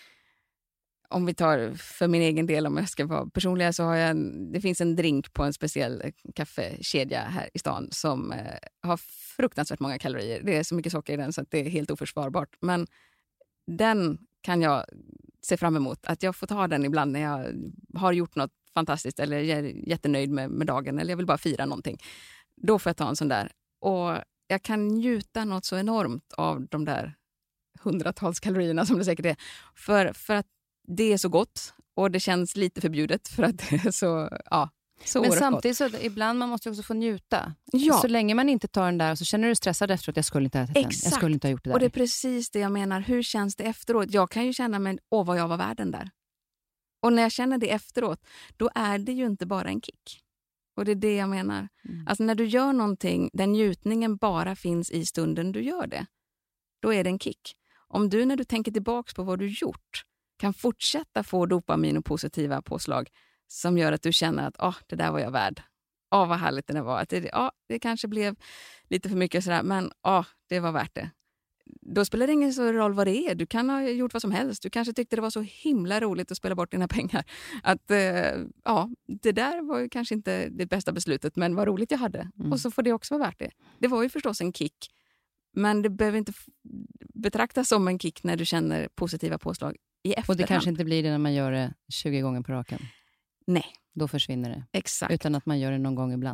om vi tar för min egen del, om jag ska vara personlig, så har det finns en drink på en speciell kaffekedja här i stan som har fruktansvärt många kalorier. Det är så mycket socker i den så att det är helt oförsvarbart. Men den kan jag se fram emot, att jag får ta den ibland när jag har gjort något fantastiskt eller jag är jättenöjd med dagen eller jag vill bara fira någonting. Då får jag ta en sån där. Och jag kan njuta något så enormt av de där 100-tals kalorierna som det säkert är. För att det är så gott och det känns lite förbjudet för att det är så men samtidigt så ibland man måste också få njuta. Ja. Så länge man inte tar den där så känner du stressad efteråt, jag skulle inte äta den. Jag skulle inte ha gjort det där. Och det är precis det jag menar. Hur känns det efteråt? Jag kan ju känna mig, vad jag var värd den där. Och när jag känner det efteråt, då är det ju inte bara en kick. Och det är det jag menar. Alltså när du gör någonting, den njutningen bara finns i stunden du gör det. Då är det en kick. Om du när du tänker tillbaka på vad du gjort kan fortsätta få dopamin och positiva påslag som gör att du känner att det där var jag värd. Vad härligt det var. Att det kanske blev lite för mycket sådär, men det var värt det. Då spelar det ingen så roll vad det är. Du kan ha gjort vad som helst. Du kanske tyckte det var så himla roligt att spela bort dina pengar. Att det där var ju kanske inte det bästa beslutet, men vad roligt jag hade. Och så får det också vara värt det. Det var ju förstås en kick. Men det behöver inte betraktas som en kick när du känner positiva påslag i efterhand. Och det kanske inte blir det när man gör det 20 gånger på raken. Nej. Då försvinner det. Exakt. Utan att man gör det någon gång ibland.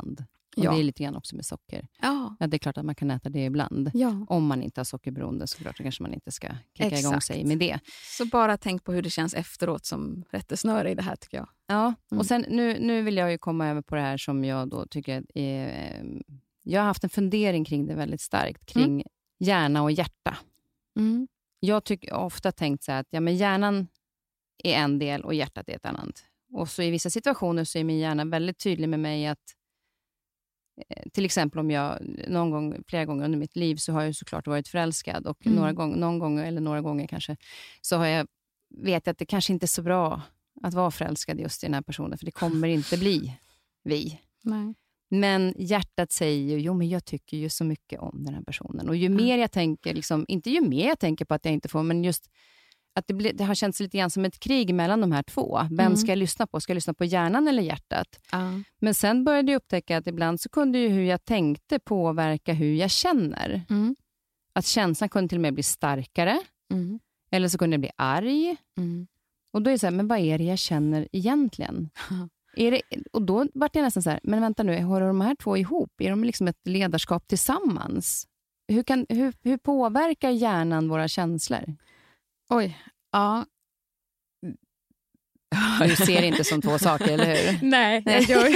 Och det är lite grann också med socker. Ja, det är klart att man kan äta det ibland. Ja. Om man inte har sockerberoende så klart kanske man inte ska kicka igång sig med det. Så bara tänk på hur det känns efteråt som rättesnöre i det här tycker jag. Ja, och sen nu vill jag ju komma över på det här som jag då tycker är... Jag har haft en fundering kring det väldigt starkt. Kring hjärna och hjärta. Jag tycker ofta tänkt så här att men hjärnan är en del och hjärtat är ett annat. Och så i vissa situationer så är min hjärna väldigt tydlig med mig att till exempel om jag flera gånger under mitt liv så har jag såklart varit förälskad och några gånger kanske så vet jag att det kanske inte är så bra att vara förälskad just i den här personen för det kommer inte bli vi. Nej. Men hjärtat säger ju, men jag tycker ju så mycket om den här personen. Och ju mer jag tänker, liksom, inte ju mer jag tänker på att jag inte får, men just att det har känts lite grann som ett krig mellan de här två. Vem ska jag lyssna på? Ska jag lyssna på hjärnan eller hjärtat? Men sen började jag upptäcka att ibland så kunde ju hur jag tänkte påverka hur jag känner. Att känslan kunde till och med bli starkare. Eller så kunde jag bli arg. Och då är det så här, men vad är det jag känner egentligen? Och då var det nästan så här, men vänta nu, hör de här två ihop? Är de liksom ett ledarskap tillsammans? Hur påverkar hjärnan våra känslor? Oj, ja. Du ser inte som två saker, eller hur? Nej, jag gör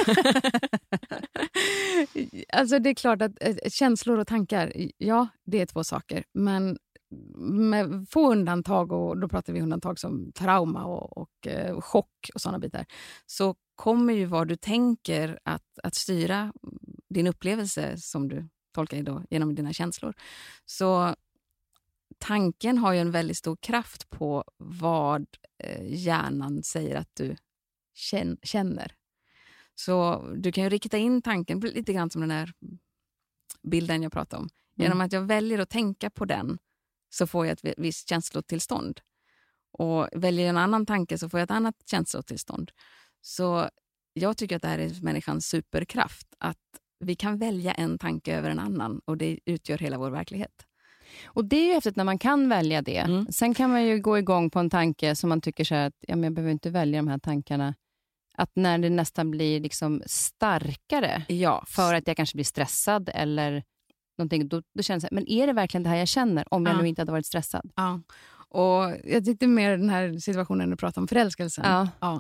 alltså det är klart att känslor och tankar, ja, det är två saker. Men med få undantag, och då pratar vi undantag som trauma och chock och sådana bitar, så kommer ju vad du tänker att styra din upplevelse som du tolkar då, genom dina känslor. Så tanken har ju en väldigt stor kraft på vad hjärnan säger att du känner. Så du kan ju rikta in tanken lite grann som den här bilden jag pratade om. Genom att jag väljer att tänka på den så får jag ett visst känslotillstånd. Och väljer en annan tanke så får jag ett annat känslotillstånd. Så jag tycker att det här är människans superkraft. Att vi kan välja en tanke över en annan och det utgör hela vår verklighet. Och det är ju häftigt när man kan välja det. Sen kan man ju gå igång på en tanke som man tycker så här att men jag behöver inte välja de här tankarna. Att när det nästan blir liksom starkare för att jag kanske blir stressad eller någonting, då känns det, men är det verkligen det här jag känner om jag nu inte hade varit stressad? Ja. Och jag tyckte mer den här situationen du pratar om förälskelsen. Ja,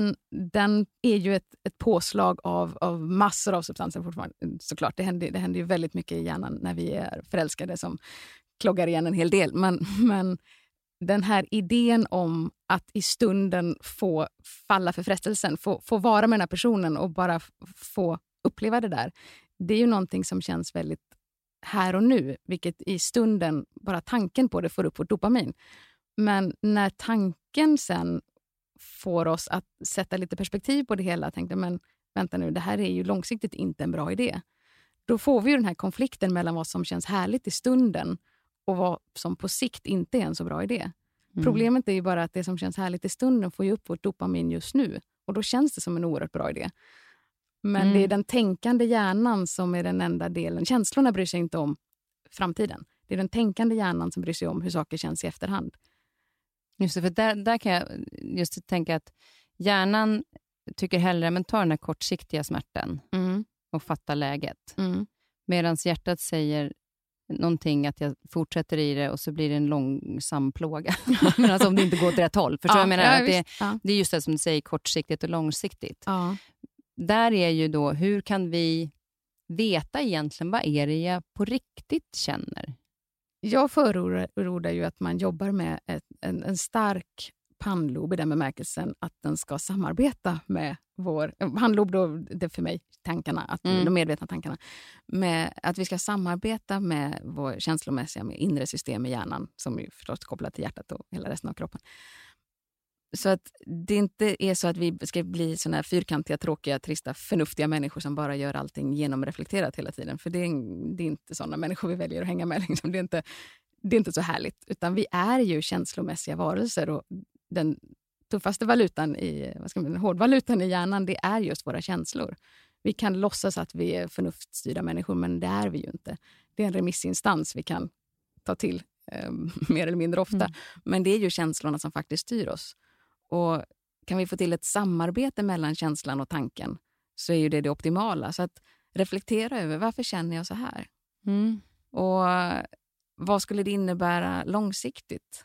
den är ju ett påslag av massor av substanser fortfarande. Såklart, det händer ju väldigt mycket i hjärnan när vi är förälskade som kloggar igen en hel del. Men den här idén om att i stunden få falla för frestelsen, få vara med den här personen och bara få uppleva det där. Det är ju någonting som känns väldigt här och nu, vilket i stunden, bara tanken på det får upp vårt dopamin. Men när tanken sen får oss att sätta lite perspektiv på det hela, tänkte men vänta nu, det här är ju långsiktigt inte en bra idé. Då får vi ju den här konflikten mellan vad som känns härligt i stunden och vad som på sikt inte är en så bra idé. Problemet är ju bara att det som känns härligt i stunden får ju upp vårt dopamin just nu. Och då känns det som en oerhört bra idé. Men det är den tänkande hjärnan som är den enda delen. Känslorna bryr sig inte om framtiden. Det är den tänkande hjärnan som bryr sig om hur saker känns i efterhand. Just det, för där kan jag just tänka att hjärnan tycker hellre men ta den här kortsiktiga smärtan och fatta läget. Medan hjärtat säger någonting att jag fortsätter i det och så blir det en långsam plåga. Men alltså om det inte går åt rätt håll. Förstår jag menar? Att det är just det som du säger, kortsiktigt och långsiktigt. Ja. Där är ju då, hur kan vi veta egentligen vad är det jag på riktigt känner? Jag förordar ju att man jobbar med en stark pannlob i den bemärkelsen att den ska samarbeta med vår... Pannlob då, det är för mig tankarna, de medvetna tankarna. Med att vi ska samarbeta med vår känslomässiga, med inre system i hjärnan som är förstås kopplat till hjärtat och hela resten av kroppen. Så att det inte är så att vi ska bli såna här fyrkantiga, tråkiga, trista, förnuftiga människor som bara gör allting genomreflekterat hela tiden. För det är inte sådana människor vi väljer att hänga med. Liksom. Det är inte så härligt. Utan vi är ju känslomässiga varelser och den tuffaste valutan hårdvalutan i hjärnan, det är just våra känslor. Vi kan låtsas att vi är förnuftsstyrda människor, men det är vi ju inte. Det är en remissinstans vi kan ta till mer eller mindre ofta. Men det är ju känslorna som faktiskt styr oss. Och kan vi få till ett samarbete mellan känslan och tanken så är ju det optimala. Så att reflektera över varför känner jag så här? Och vad skulle det innebära långsiktigt?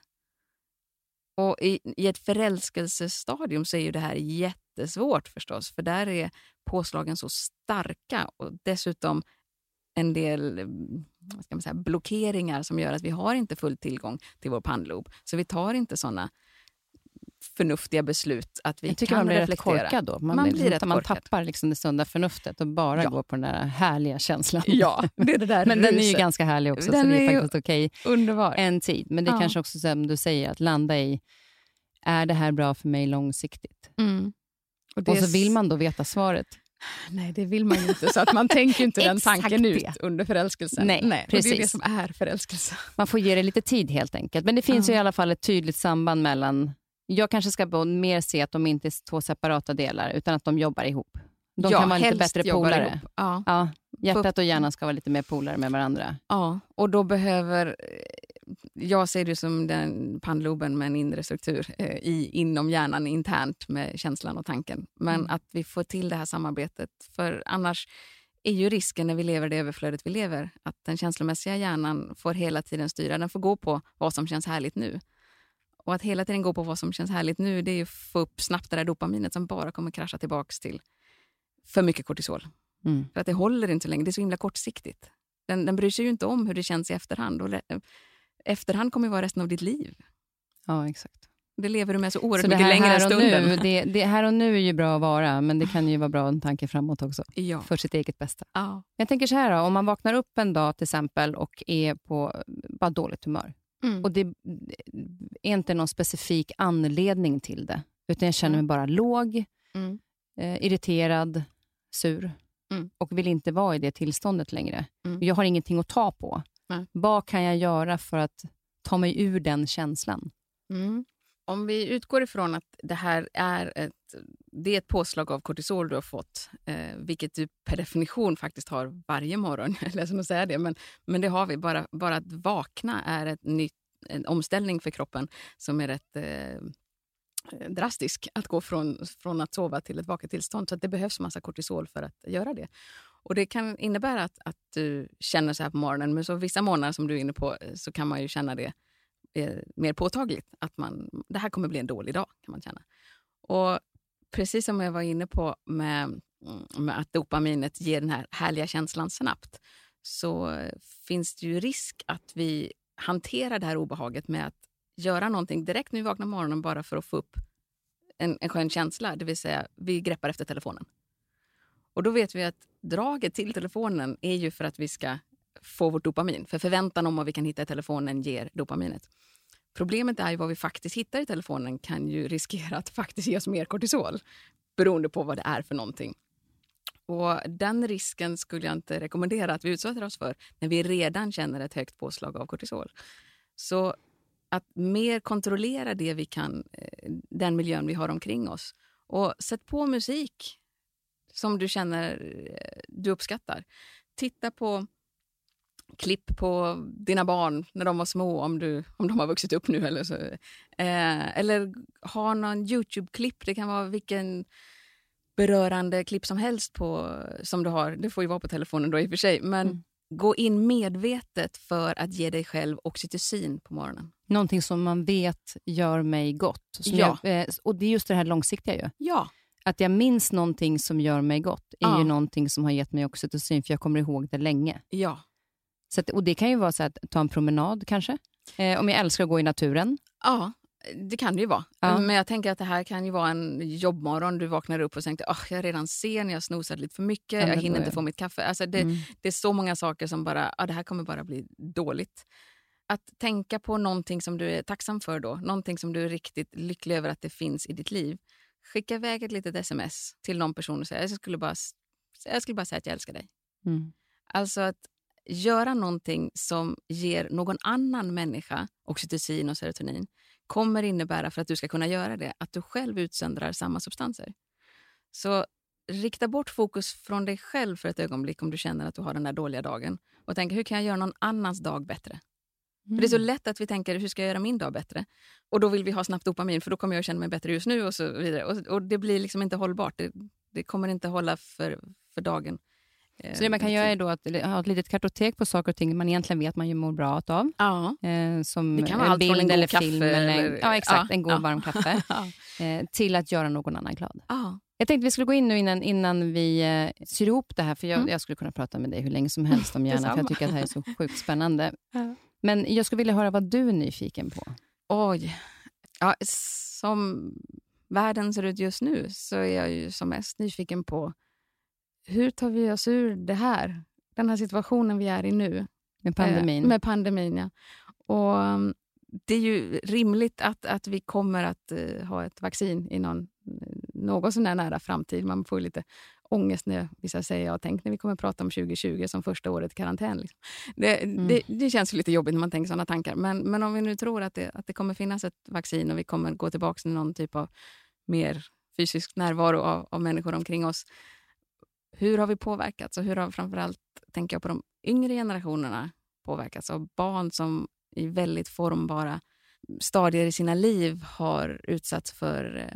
Och i ett förälskelsestadium så är ju det här jättesvårt förstås. För där är påslagen så starka och dessutom en del blockeringar som gör att vi har inte full tillgång till vår pannlob. Så vi tar inte sådana förnuftiga beslut att vi kan man blir reflektera. Rätt korkad då. Man tappar liksom det sunda förnuftet och bara går på den där härliga känslan. Ja, det är det där men den är ju ganska härlig också, den så det är är faktiskt okej. Underbar. En tid. Men det är kanske också som du säger, att landa i, är det här bra för mig långsiktigt? Och så vill man då veta svaret. Nej, det vill man ju inte. Så att man tänker inte den tanken ut under förälskelsen. Nej, precis. Och det är det som är förälskelse. Man får ge det lite tid helt enkelt. Men det finns ju i alla fall ett tydligt samband mellan... Jag kanske ska mer se att de inte är två separata delar, utan att de jobbar ihop. De kan vara lite bättre polare. Ja, hjärtat och hjärnan ska vara lite mer polare med varandra. Ja, och då behöver... Jag ser det som den pannloben med en inre struktur inom hjärnan internt med känslan och tanken. Men att vi får till det här samarbetet. För annars är ju risken när vi lever det överflödet vi lever att den känslomässiga hjärnan får hela tiden styra. Den får gå på vad som känns härligt nu. Och att hela tiden gå på vad som känns härligt nu, det är ju att få upp snabbt det där dopaminet som bara kommer krascha tillbaks till för mycket kortisol. För att det håller inte längre, det är så himla kortsiktigt. Den bryr sig ju inte om hur det känns i efterhand. Och efterhand kommer ju vara resten av ditt liv. Ja, exakt. Det lever du med så oerhört mycket längre än stunden. Det här och nu är ju bra att vara, men det kan ju vara bra en tanke framåt också. Ja. För sitt eget bästa. Ja. Jag tänker så här då, om man vaknar upp en dag till exempel och är på bara dåligt humör. Och det är inte någon specifik anledning till det. Utan jag känner mig bara låg, irriterad, sur. Och vill inte vara i det tillståndet längre. Jag har ingenting att ta på. Vad kan jag göra för att ta mig ur den känslan? Om vi utgår ifrån att det här är ett påslag av kortisol du har fått, vilket du per definition faktiskt har varje morgon. Jag är ledsen att säga det, men det har vi. Bara att vakna är en omställning för kroppen som är rätt drastisk. Att gå från att sova till ett vaket tillstånd. Så att det behövs massa kortisol för att göra det. Och det kan innebära att du känner så här på morgonen. Men så vissa månader som du är inne på så kan man ju känna det mer påtagligt. Att det här kommer bli en dålig dag, kan man känna. Och precis som jag var inne på med att dopaminet ger den här härliga känslan snabbt, så finns det ju risk att vi hanterar det här obehaget med att göra någonting direkt när vi vaknar morgonen bara för att få upp en skön känsla. Det vill säga, vi greppar efter telefonen. Och då vet vi att draget till telefonen är ju för att vi ska få vårt dopamin. För förväntan om vad vi kan hitta i telefonen ger dopaminet. Problemet är ju vad vi faktiskt hittar i telefonen kan ju riskera att faktiskt ge oss mer kortisol. Beroende på vad det är för någonting. Och den risken skulle jag inte rekommendera att vi utsätter oss för när vi redan känner ett högt påslag av kortisol. Så att mer kontrollera det vi kan, den miljön vi har omkring oss. Och sätt på musik som du känner du uppskattar. Titta på klipp på dina barn när de var små, om de har vuxit upp nu eller så. Eller ha någon YouTube-klipp, det kan vara vilken berörande klipp som helst som du har. Det får ju vara på telefonen då i och för sig, men gå in medvetet för att ge dig själv oxytocin på morgonen. Någonting som man vet gör mig gott. Och det är just det här långsiktiga ju. Ja. Att jag minns någonting som gör mig gott är ju någonting som har gett mig oxytocin, för jag kommer ihåg det länge. Ja. Så och det kan ju vara så att ta en promenad kanske. Om jag älskar att gå i naturen. Ja, det kan det ju vara. Ja. Men jag tänker att det här kan ju vara en jobbmorgon. Du vaknar upp och tänkte, jag är redan sen, jag snosade lite för mycket, jag hinner inte få mitt kaffe. Alltså det är så många saker som bara, det här kommer bara bli dåligt. Att tänka på någonting som du är tacksam för då. Någonting som du är riktigt lycklig över att det finns i ditt liv. Skicka iväg ett litet sms till någon person och säga, jag skulle bara säga att jag älskar dig. Alltså att göra någonting som ger någon annan människa oxytocin och serotonin kommer innebära, för att du ska kunna göra det, att du själv utsöndrar samma substanser. Så rikta bort fokus från dig själv för ett ögonblick om du känner att du har den där dåliga dagen. Och tänka, hur kan jag göra någon annans dag bättre? För det är så lätt att vi tänker, hur ska jag göra min dag bättre? Och då vill vi ha snabbt dopamin, för då kommer jag känna mig bättre just nu och så vidare. Och det blir liksom inte hållbart. Det kommer inte hålla för dagen Så det man kan göra är då att ha ett litet kartotek på saker och ting man egentligen vet man ju mår bra av. Ja. Som det kan vara allt bild från en eller god kaffe. film. Eller, ja, exakt. En god ja. varm kaffe. Till att göra någon annan glad. Ja. Jag tänkte vi skulle gå in nu innan vi syr ihop det här. För jag skulle kunna prata med dig hur länge som helst om hjärnan. För jag tycker att det här är så sjukt spännande. Ja. Men jag skulle vilja höra vad du är nyfiken på. Oj. Ja, som världen ser ut just nu så är jag ju som mest nyfiken på hur tar vi oss ur det här? Den här situationen vi är i nu. Med pandemin. Med pandemin, ja. Och det är ju rimligt att vi kommer att ha ett vaccin i någon sån här nära framtid. Man får lite ångest när vissa säger jag tänkt när vi kommer prata om 2020 som första året i karantän. Liksom. Det känns ju lite jobbigt när man tänker sådana tankar. Men om vi nu tror att det kommer finnas ett vaccin och vi kommer gå tillbaka till någon typ av mer fysisk närvaro av människor omkring oss. Hur har vi påverkats? Och hur har framförallt, tänker jag på de yngre generationerna, påverkats av barn som i väldigt formbara stadier i sina liv har utsatts för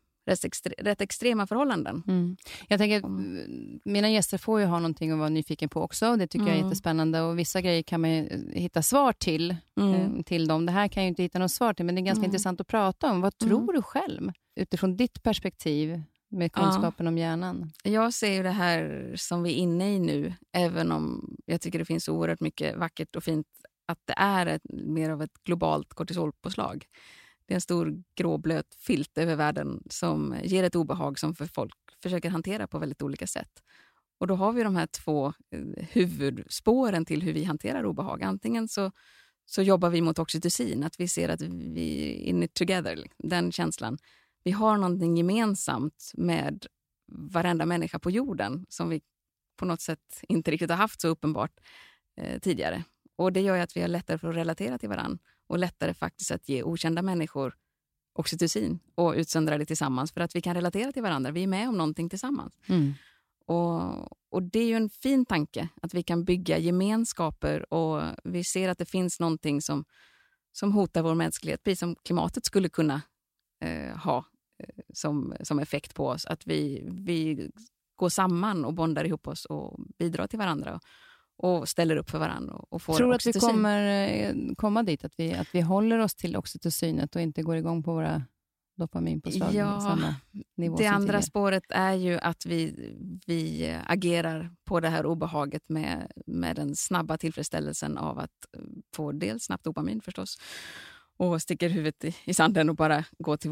rätt extrema förhållanden. Jag tänker att mina gäster får ju ha någonting att vara nyfiken på också. Det tycker jag är jättespännande. Och vissa grejer kan man ju hitta svar till dem. Det här kan jag ju inte hitta något svar till, men det är ganska intressant att prata om. Vad tror du själv utifrån ditt perspektiv med kunskapen om hjärnan? Jag ser ju det här som vi är inne i nu, även om jag tycker det finns så oerhört mycket vackert och fint att det är mer av ett globalt kortisolpåslag. Det är en stor gråblöt filt över världen som ger ett obehag som för folk försöker hantera på väldigt olika sätt. Och då har vi de här 2 huvudspåren till hur vi hanterar obehag. Antingen så jobbar vi mot oxytocin, att vi ser att vi är in it together, den känslan. Vi har någonting gemensamt med varenda människa på jorden som vi på något sätt inte riktigt har haft så uppenbart tidigare. Och det gör ju att vi har lättare för att relatera till varandra och lättare faktiskt att ge okända människor oxytocin och utsöndra det tillsammans för att vi kan relatera till varandra. Vi är med om någonting tillsammans. Och det är ju en fin tanke att vi kan bygga gemenskaper och vi ser att det finns någonting som hotar vår mänsklighet, precis som klimatet skulle kunna ha som effekt på oss. Att vi går samman och bondar ihop oss och bidrar till varandra och ställer upp för varandra och får tror oxytocin. Tror att vi kommer komma dit att vi håller oss till oxytocinet och inte går igång på våra dopaminpåslag? Samma nivå det andra tidigare. Spåret är ju att vi agerar på det här obehaget med den snabba tillfredsställelsen av att få dels snabbt dopamin förstås och sticker huvudet i sanden och bara gå till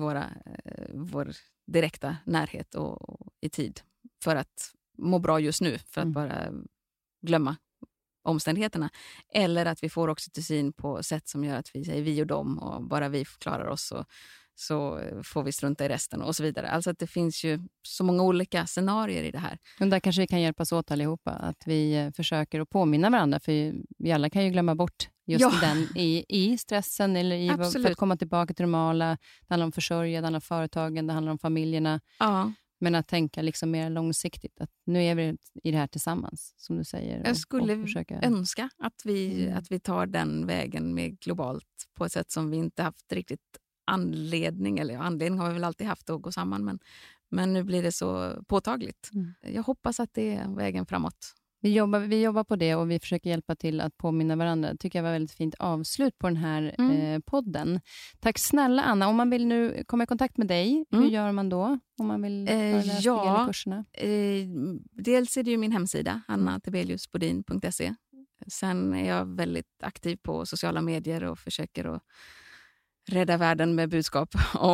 vår direkta närhet och i tid för att må bra just nu, för att bara glömma omständigheterna. Eller att vi får oxytocin på sätt som gör att vi säger vi och dem och bara vi klarar oss och så får vi strunta i resten och så vidare. Alltså att det finns ju så många olika scenarier i det här. Men där kanske vi kan hjälpas åt allihopa, att vi försöker att påminna varandra, för vi alla kan ju glömma bort just den i stressen eller för att komma tillbaka till normala. Det handlar om försörja, det handlar om företagen, det handlar om familjerna. Ja. Men att tänka liksom mer långsiktigt, att nu är vi i det här tillsammans, som du säger. Jag skulle önska att vi tar den vägen med globalt på ett sätt som vi inte haft riktigt anledning har vi väl alltid haft att gå samman, men nu blir det så påtagligt. Jag hoppas att det är vägen framåt. Vi jobbar på det och vi försöker hjälpa till att påminna varandra. Det tycker jag var väldigt fint avslut på den här podden. Tack snälla Anna. Om man vill nu komma i kontakt med dig, hur gör man då? Om man vill föreläsa kurserna? Dels är det ju min hemsida, annatibeliusbodin.se. Sen är jag väldigt aktiv på sociala medier och försöker att rädda världen med budskap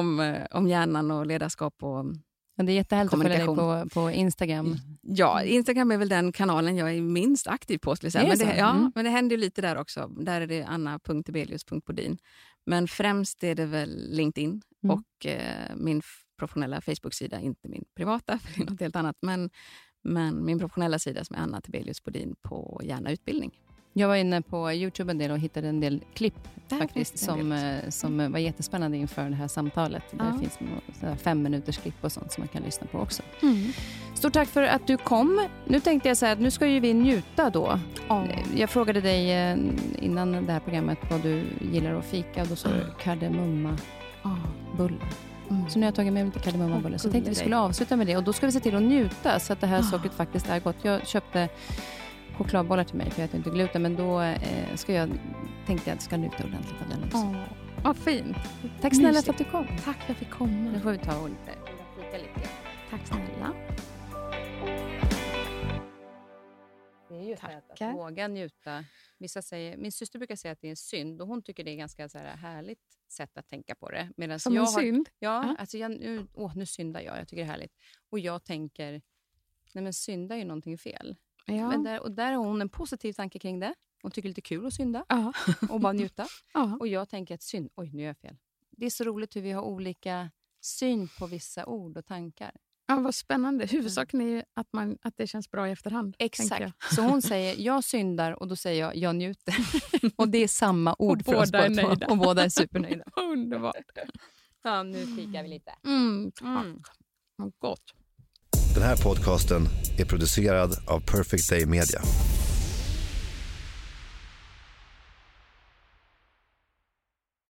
om hjärnan och ledarskap och det är jättehärligt att följa dig på Instagram. Ja, Instagram är väl den kanalen jag är minst aktiv på. Men det händer ju lite där också. Där är det anna.tibelius.bodin. Men främst är det väl LinkedIn och min professionella Facebook-sida, inte min privata, för det är något helt annat. Men min professionella sida som är Anna Tibelius Bodin på Hjärna Utbildning. Jag var inne på YouTube en del och hittade en del klipp faktiskt som var jättespännande inför det här samtalet. Det finns 5 minuters klipp och sånt som man kan lyssna på också. Stort tack för att du kom. Nu tänkte jag säga att nu ska ju vi njuta då. Jag frågade dig innan det här programmet vad du gillar att fika och då sa du kardemumma bullar. Så nu har jag tagit med lite kardemummabulle. Så jag tänkte att vi skulle avsluta med det. Och då ska vi se till att njuta så att det här sockret faktiskt är gott. Jag köpte chokladbollar till mig för jag äter inte gluten. Men då tänkte jag att jag ska njuta ordentligt av den också. Vad fint. Tack snälla för att du kom. Tack för att jag fick komma. Nu får vi ta och fika lite. Tack snälla. Det är ju att våga njuta. Min syster brukar säga att det är en synd. Och hon tycker det är ganska så här härligt sätt att tänka på det. Medan som en synd? Ja, alltså nu syndar jag. Jag tycker det är härligt. Och jag tänker, nej men synda är ju någonting fel. Ja. Men där har hon en positiv tanke kring det. Hon tycker det är lite kul att synda. Och bara njuta. Och jag tänker att oj nu gör jag fel. Det är så roligt hur vi har olika syn på vissa ord och tankar. Ja, vad spännande. Huvudsaken är ju att det känns bra i efterhand. Exakt. Så hon säger, jag syndar och då säger jag njuter. Och det är samma ord och för oss båda. Nöjda. Och båda är supernöjda. Underbart. Ja, nu fikar vi lite. Gott. Den här podcasten är producerad av Perfect Day Media.